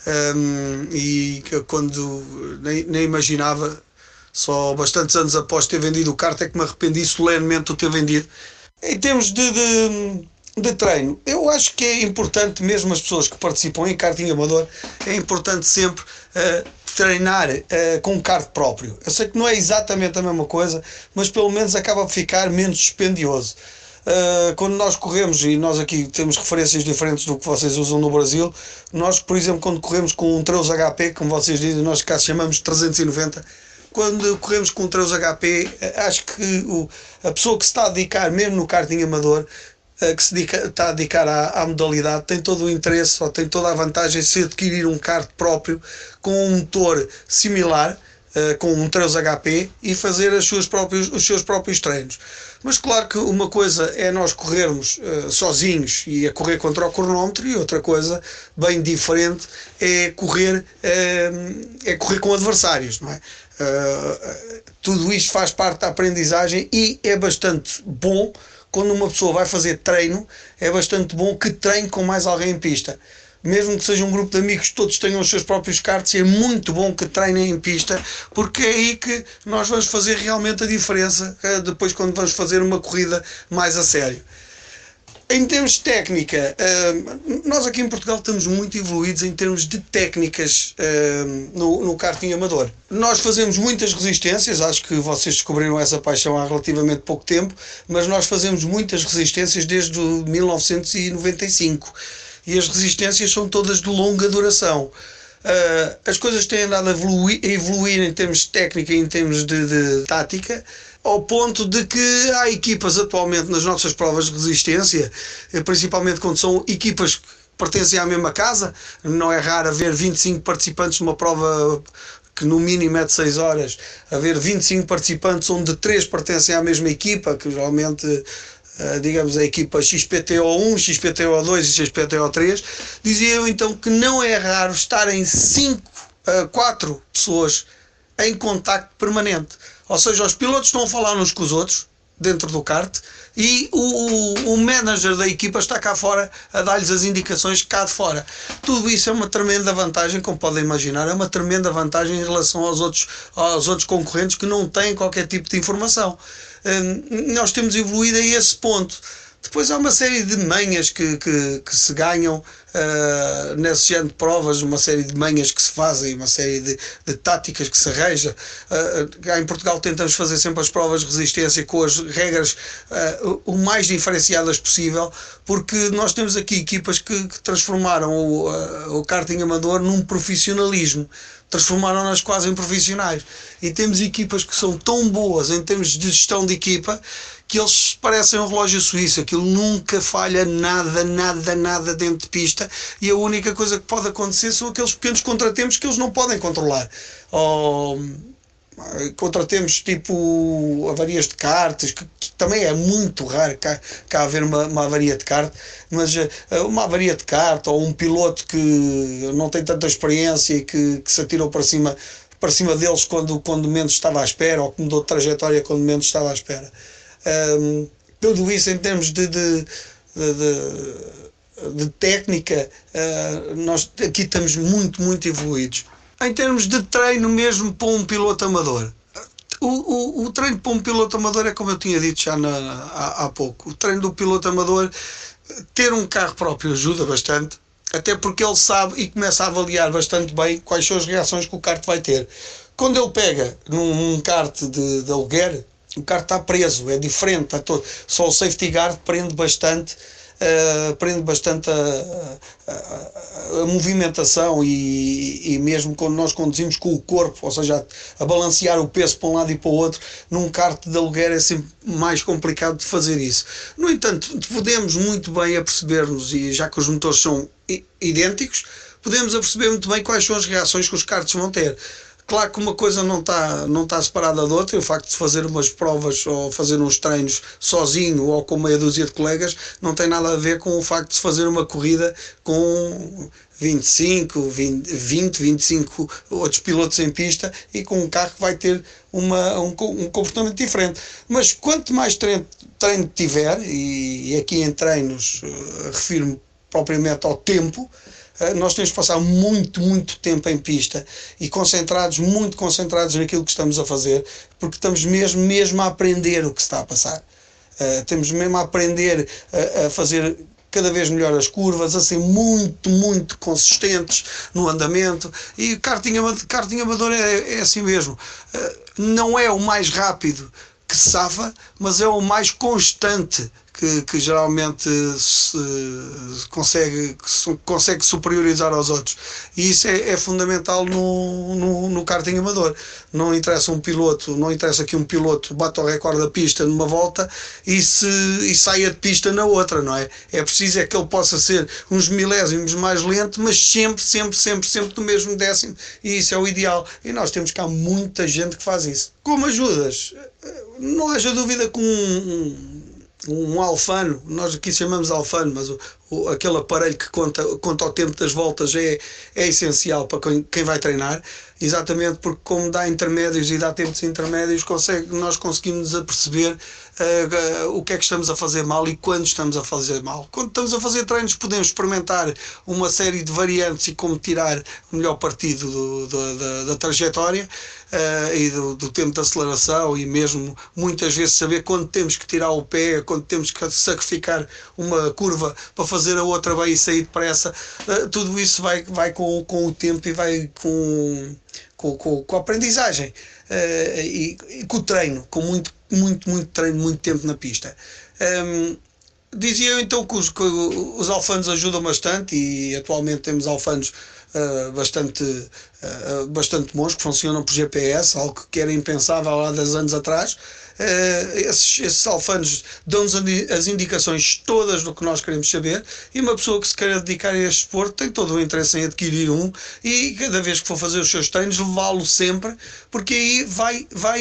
um, e que quando nem, nem imaginava, só bastantes anos após ter vendido o kart é que me arrependi solenemente de ter vendido. Em termos de, de, de treino, eu acho que é importante, mesmo as pessoas que participam em karting amador, é importante sempre uh, treinar uh, com um kart próprio. Eu sei que não é exatamente a mesma coisa, mas pelo menos acaba por ficar menos dispendioso. Uh, quando nós corremos, e nós aqui temos referências diferentes do que vocês usam no Brasil, nós, por exemplo, quando corremos com um treze H P, como vocês dizem, nós cá chamamos de trezentos e noventa, quando corremos com um treze H P, acho que o, a pessoa que se está a dedicar, mesmo no karting amador, que se dedica, está a dedicar à, à modalidade, tem todo o interesse, ou tem toda a vantagem de se adquirir um kart próprio com um motor similar, uh, com um treze H P, e fazer as suas próprios, os seus próprios treinos. Mas claro que uma coisa é nós corrermos uh, sozinhos e a correr contra o cronómetro, e outra coisa bem diferente é correr, uh, é correr com adversários, não é? Uh, tudo isto faz parte da aprendizagem e é bastante bom quando uma pessoa vai fazer treino, é bastante bom que treine com mais alguém em pista. Mesmo que seja um grupo de amigos que todos tenham os seus próprios karts, é muito bom que treinem em pista, porque é aí que nós vamos fazer realmente a diferença uh, depois quando vamos fazer uma corrida mais a sério. Em termos de técnica, nós aqui em Portugal estamos muito evoluídos em termos de técnicas no, no karting amador. Nós fazemos muitas resistências, acho que vocês descobriram essa paixão há relativamente pouco tempo, mas nós fazemos muitas resistências desde mil novecentos e noventa e cinco e as resistências são todas de longa duração. As coisas têm andado a evoluir, a evoluir em termos de técnica e em termos de, de tática, ao ponto de que há equipas atualmente nas nossas provas de resistência, principalmente quando são equipas que pertencem à mesma casa, não é raro haver vinte e cinco participantes numa prova que no mínimo é de seis horas, haver vinte e cinco participantes onde três pertencem à mesma equipa, que geralmente, digamos, a equipa X P T O um, X P T O dois e X P T O três, diziam então que não é raro estarem cinco a quatro pessoas em contacto permanente. Ou seja, os pilotos estão a falar uns com os outros, dentro do kart, e o, o, o manager da equipa está cá fora a dar-lhes as indicações cá de fora. Tudo isso é uma tremenda vantagem, como podem imaginar, é uma tremenda vantagem em relação aos outros, aos outros concorrentes que não têm qualquer tipo de informação. Hum, nós temos evoluído a esse ponto. Depois há uma série de manhas que, que, que se ganham uh, nesse género de provas, uma série de manhas que se fazem, uma série de, de táticas que se arranja. Uh, em Portugal tentamos fazer sempre as provas de resistência com as regras uh, o mais diferenciadas possível, porque nós temos aqui equipas que, que transformaram o, uh, o karting amador num profissionalismo. Transformaram-nas quase em profissionais. E temos equipas que são tão boas em termos de gestão de equipa que eles parecem um relógio suíço. Aquilo nunca falha nada, nada, nada dentro de pista, e a única coisa que pode acontecer são aqueles pequenos contratempos que eles não podem controlar. Ou contratempos tipo avarias de karts, que, que também é muito raro cá, cá haver uma, uma avaria de kart, mas uma avaria de kart ou um piloto que não tem tanta experiência e que, que se atirou para cima, para cima deles quando, quando menos estava à espera, ou que mudou de trajetória quando menos estava à espera. Um, tudo isso em termos de, de, de, de, de técnica, uh, nós aqui estamos muito, muito evoluídos. Em termos de treino mesmo para um piloto amador, o, o, o treino para um piloto amador é como eu tinha dito já na, há, há pouco. O treino do piloto amador, ter um carro próprio ajuda bastante, até porque ele sabe e começa a avaliar bastante bem quais são as reações que o kart vai ter. Quando ele pega num, num kart de, de aluguer, o kart está preso, é diferente, está todo. Só o safety guard prende bastante, uh, prende bastante a, a, a movimentação, e, e mesmo quando nós conduzimos com o corpo, ou seja, a, a balancear o peso para um lado e para o outro, num kart de aluguer é sempre mais complicado de fazer isso. No entanto, podemos muito bem aperceber-nos, e já que os motores são idênticos, podemos aperceber muito bem quais são as reações que os karts vão ter. Claro que uma coisa não está não está separada da outra, e o facto de fazer umas provas ou fazer uns treinos sozinho ou com meia dúzia de colegas não tem nada a ver com o facto de se fazer uma corrida com vinte e cinco, vinte, vinte, vinte e cinco outros pilotos em pista e com um carro que vai ter uma, um, um comportamento diferente. Mas quanto mais treino, treino tiver, e, e aqui em treinos uh, refiro-me propriamente ao tempo, nós temos que passar muito, muito tempo em pista e concentrados, muito concentrados naquilo que estamos a fazer, porque estamos mesmo, mesmo a aprender o que se está a passar. Uh, temos mesmo a aprender a, a fazer cada vez melhor as curvas, a ser muito, muito consistentes no andamento, e karting amador, karting amador é, é assim mesmo. Uh, não é o mais rápido que se safa, mas é o mais constante que, que geralmente se consegue, se consegue superiorizar aos outros. E isso é, é fundamental no, no, no karting amador. Não interessa um piloto, não interessa que um piloto bata o recorde da pista numa volta e, se, e saia de pista na outra, não é? É preciso é que ele possa ser uns milésimos mais lento, mas sempre, sempre, sempre, sempre do mesmo décimo, e isso é o ideal. E nós temos cá muita gente que faz isso. Como ajudas? Não haja dúvida que um, um, um alfano, nós aqui chamamos alfano, mas o, o, aquele aparelho que conta, conta o tempo das voltas é, é essencial para quem, quem vai treinar, exatamente porque como dá intermédios e dá tempos intermédios, consegue, nós conseguimos aperceber uh, uh, o que é que estamos a fazer mal e quando estamos a fazer mal. Quando estamos a fazer treinos podemos experimentar uma série de variantes e como tirar o melhor partido do, do, da, da trajetória uh, e do, do tempo de aceleração, e mesmo muitas vezes saber quando temos que tirar o pé, quando temos que sacrificar uma curva para fazer a outra bem e sair depressa. Uh, tudo isso vai, vai com, com o tempo e vai com Com, com, com a aprendizagem uh, e, e com o treino, com muito, muito, muito treino, muito tempo na pista. Um, dizia eu então que os, que os alfanos ajudam bastante, e atualmente temos alfanos uh, bastante, uh, bastante bons que funcionam por G P S, algo que era impensável há dez anos atrás. Uh, esses, esses alfanos dão-nos as indicações todas do que nós queremos saber, e uma pessoa que se queira dedicar a este esporte tem todo o interesse em adquirir um, e cada vez que for fazer os seus treinos levá-lo sempre, porque aí vai, vai,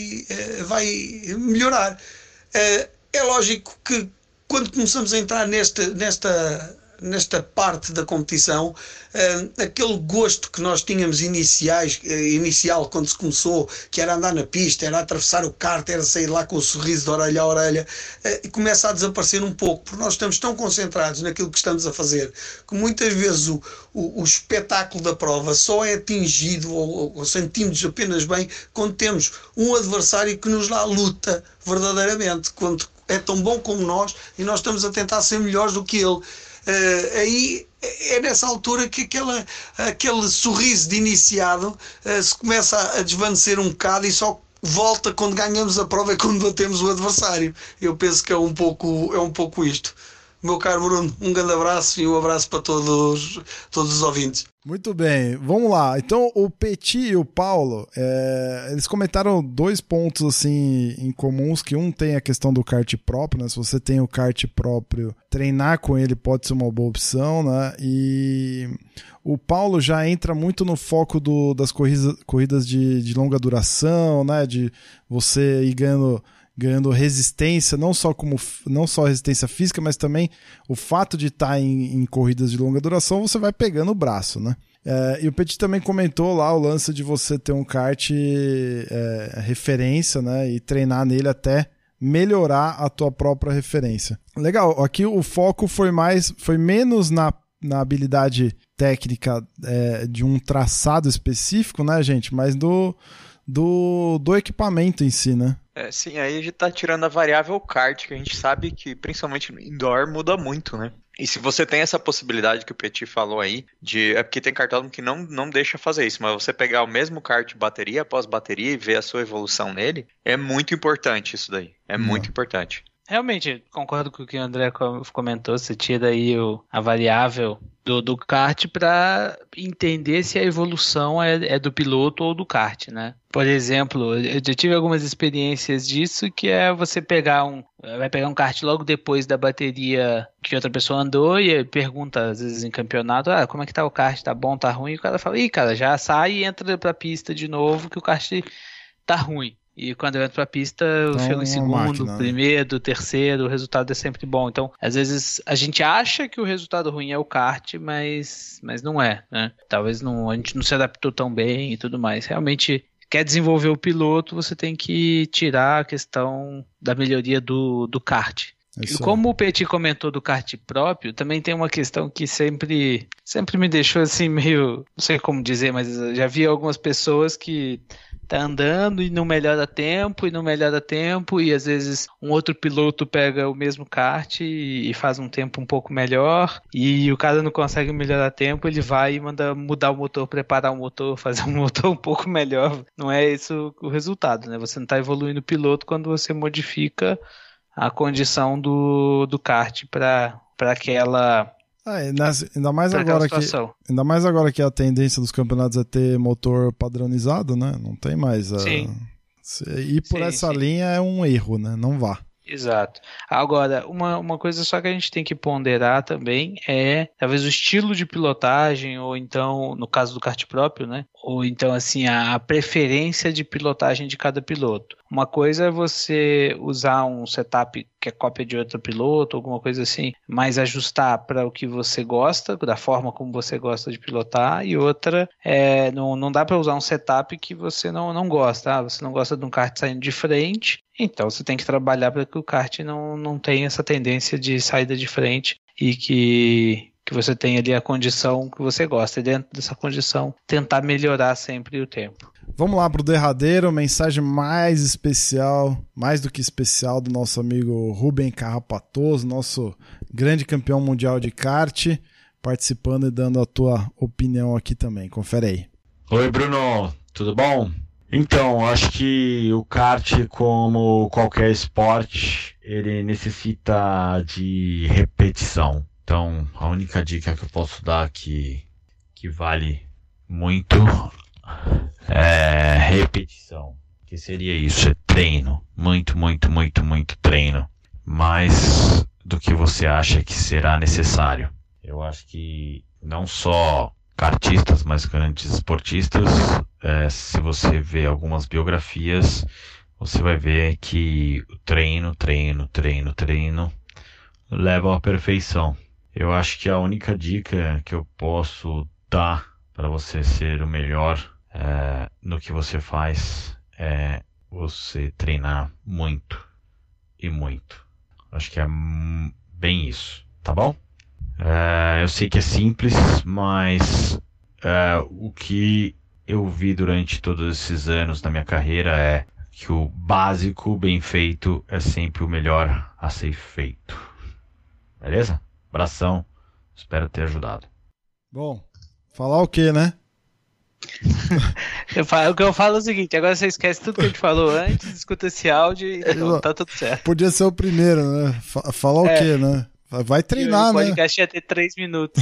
uh, vai melhorar. Uh, é lógico que quando começamos a entrar nesta, nesta, nesta parte da competição, uh, aquele gosto que nós tínhamos iniciais, uh, inicial quando se começou, que era andar na pista, era atravessar o kart, era sair lá com o sorriso de orelha a orelha, uh, começa a desaparecer um pouco, porque nós estamos tão concentrados naquilo que estamos a fazer, que muitas vezes o, o, o espetáculo da prova só é atingido ou, ou sentimos apenas bem quando temos um adversário que nos dá luta verdadeiramente, quando é tão bom como nós e nós estamos a tentar ser melhores do que ele. Uh, aí é nessa altura que aquela, aquele sorriso de iniciado uh, se começa a, a desvanecer um bocado e só volta quando ganhamos a prova e quando batemos o adversário. Eu penso que é um pouco, é um pouco isto. Meu caro Bruno, um grande abraço e um abraço para todos, todos os ouvintes. Muito bem, vamos lá. Então o Petit e o Paulo, é, eles comentaram dois pontos assim em comuns, que um tem a questão do kart próprio, né? Se você tem o kart próprio, treinar com ele pode ser uma boa opção, né? E o Paulo já entra muito no foco do, das corridas, corridas de, de longa duração, né? De você ir ganhando... ganhando resistência, não só, como, não só resistência física, mas também o fato de estar em, em corridas de longa duração, você vai pegando o braço, né? É, e o Petit também comentou lá o lance de você ter um kart é, referência, né? E treinar nele até melhorar a tua própria referência. Legal, aqui o foco foi mais, foi menos na, na habilidade técnica é, de um traçado específico, né, gente? Mas do, do, do equipamento em si, né? É, sim, aí a gente tá tirando a variável kart, que a gente sabe que principalmente no indoor muda muito, né? E se você tem essa possibilidade que o Petit falou aí, de, é porque tem cartódromo que não, não deixa fazer isso, mas você pegar o mesmo kart bateria após bateria e ver a sua evolução nele, é muito importante isso daí, é não. muito importante. Realmente, concordo com o que o André comentou, você tira aí o, a variável do, do kart para entender se a evolução é, é do piloto ou do kart, né? Por exemplo, eu já tive algumas experiências disso, que é você pegar um, vai pegar um kart logo depois da bateria que outra pessoa andou e pergunta, às vezes em campeonato, ah, como é que tá o kart, tá bom, tá ruim? E o cara fala, ih, cara, já sai e entra pra pista de novo que o kart tá ruim. E quando eu entro pra pista, eu então, chego em segundo, máquina, primeiro, né? terceiro, o resultado é sempre bom. Então, às vezes, a gente acha que o resultado ruim é o kart, mas, mas não é, né? Talvez não, a gente não se adaptou tão bem e tudo mais. Realmente, quer desenvolver o piloto, você tem que tirar a questão da melhoria do, do kart. Isso. E como o Petit comentou do kart próprio, também tem uma questão que sempre, sempre me deixou assim meio, não sei como dizer, mas já vi algumas pessoas que tá andando e não melhora tempo, e não melhora tempo, e às vezes um outro piloto pega o mesmo kart e, e faz um tempo um pouco melhor, e o cara não consegue melhorar tempo, ele vai e manda mudar o motor, preparar o motor, fazer um motor um pouco melhor. Não é isso o resultado, né? Você não tá evoluindo o piloto quando você modifica a condição do, do kart para aquela... Ah, ainda mais agora que ainda mais agora que a tendência dos campeonatos é ter motor padronizado, né? Não tem mais a... Sim. Ir por sim, essa sim. linha é um erro, né? Não vá. Exato. Agora, uma, uma coisa só que a gente tem que ponderar também é talvez o estilo de pilotagem, ou então, no caso do kart próprio, né? Ou então, assim, a, a preferência de pilotagem de cada piloto. Uma coisa é você usar um setup que é cópia de outro piloto, alguma coisa assim, mas ajustar para o que você gosta, da forma como você gosta de pilotar, e outra, é, não, não dá para usar um setup que você não, não gosta. Ah, você não gosta de um kart saindo de frente, então você tem que trabalhar para que o kart não, não tenha essa tendência de saída de frente e que, que você tenha ali a condição que você gosta. E dentro dessa condição, tentar melhorar sempre o tempo. Vamos lá para o derradeiro, mensagem mais especial, mais do que especial, do nosso amigo Rubem Carrapatoso, nosso grande campeão mundial de kart, participando e dando a tua opinião aqui também. Confere aí. Oi, Bruno, tudo bom? Então, acho que o kart, como qualquer esporte, ele necessita de repetição. Então, a única dica que eu posso dar que, que vale muito é repetição. Que seria isso? É treino. Muito, muito, muito, muito treino. Mais do que você acha que será necessário. Eu acho que não só kartistas, mas grandes esportistas, é, se você vê algumas biografias, você vai ver que o treino, treino, treino, treino leva à perfeição. Eu acho que a única dica que eu posso dar para você ser o melhor é, no que você faz é você treinar muito e muito. Acho que é bem isso, tá bom? É, eu sei que é simples, mas é, o que eu vi durante todos esses anos na minha carreira é que o básico bem feito é sempre o melhor a ser feito. Beleza? Abração, espero ter ajudado. Bom, falar o que, né? eu falo, o que eu falo é o seguinte, agora você esquece tudo que a gente falou antes, escuta esse áudio e pronto, tá tudo certo. Podia ser o primeiro, né? Falar é. o que, né? Vai treinar, né? O podcast ia ter três minutos.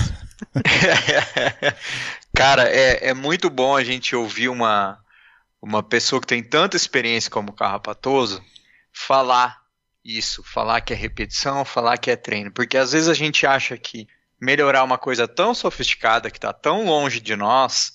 Cara, é, é muito bom a gente ouvir uma, uma pessoa que tem tanta experiência como o Carrapatoso falar isso, falar que é repetição, falar que é treino. Porque às vezes a gente acha que melhorar uma coisa tão sofisticada, que está tão longe de nós,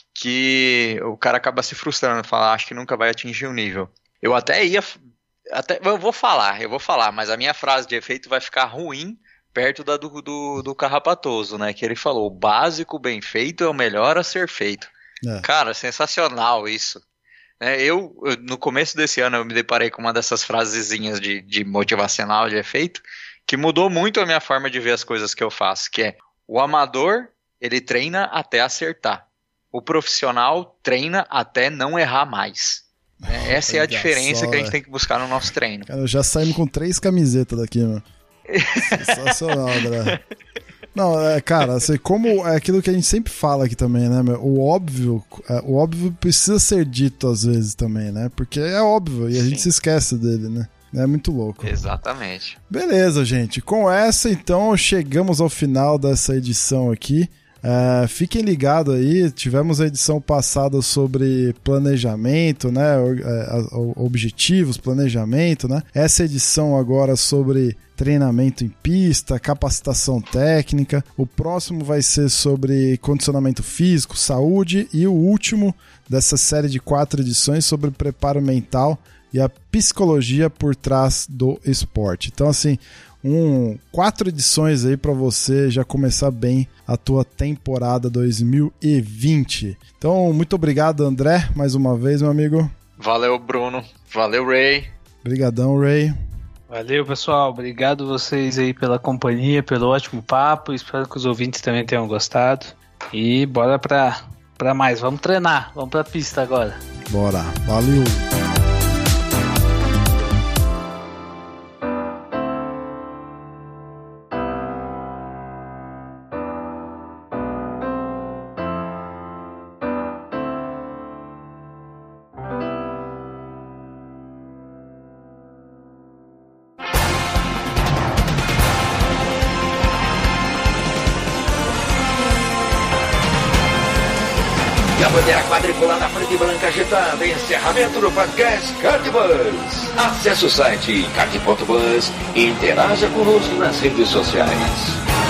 que o cara acaba se frustrando, falar, acho que nunca vai atingir o nível. Eu até ia... Até, eu vou falar, eu vou falar, mas a minha frase de efeito vai ficar ruim perto da do, do, do Carrapatoso, né? Que ele falou, o básico bem feito é o melhor a ser feito. É. Cara, sensacional isso. É, eu, eu, no começo desse ano, eu me deparei com uma dessas frasezinhas de, de motivacional, de efeito, que mudou muito a minha forma de ver as coisas que eu faço, que é, o amador, ele treina até acertar. O profissional treina até não errar mais. É, essa é a diferença só, que a gente é. tem que buscar no nosso treino. Cara, já saímos com três camisetas daqui, mano. Sensacional, André. Não, é, cara, assim, como é aquilo que a gente sempre fala aqui também, né, meu? O óbvio, é, o óbvio precisa ser dito às vezes também, né? Porque é óbvio e a Sim. gente se esquece dele, né? É muito louco. Exatamente. Beleza, gente. Com essa, então, chegamos ao final dessa edição aqui. Uh, fiquem ligados aí, tivemos a edição passada sobre planejamento, né, objetivos, planejamento, né, essa edição agora sobre treinamento em pista, capacitação técnica, o próximo vai ser sobre condicionamento físico, saúde e o último dessa série de quatro edições sobre preparo mental e a psicologia por trás do esporte. Então, assim, um, quatro edições aí para você já começar bem a tua temporada dois mil e vinte. Então, muito obrigado, André, mais uma vez, meu amigo. Valeu, Bruno. Valeu, Ray. Obrigadão, Ray. Valeu, pessoal. Obrigado vocês aí pela companhia, pelo ótimo papo. Espero que os ouvintes também tenham gostado. E bora pra, pra mais. Vamos treinar. Vamos pra pista agora. Bora. Valeu. Bandeira quadriculada preta e branca agitada, encerramento do podcast Cartbus. Acesse o site cart ponto bus e interaja conosco nas redes sociais.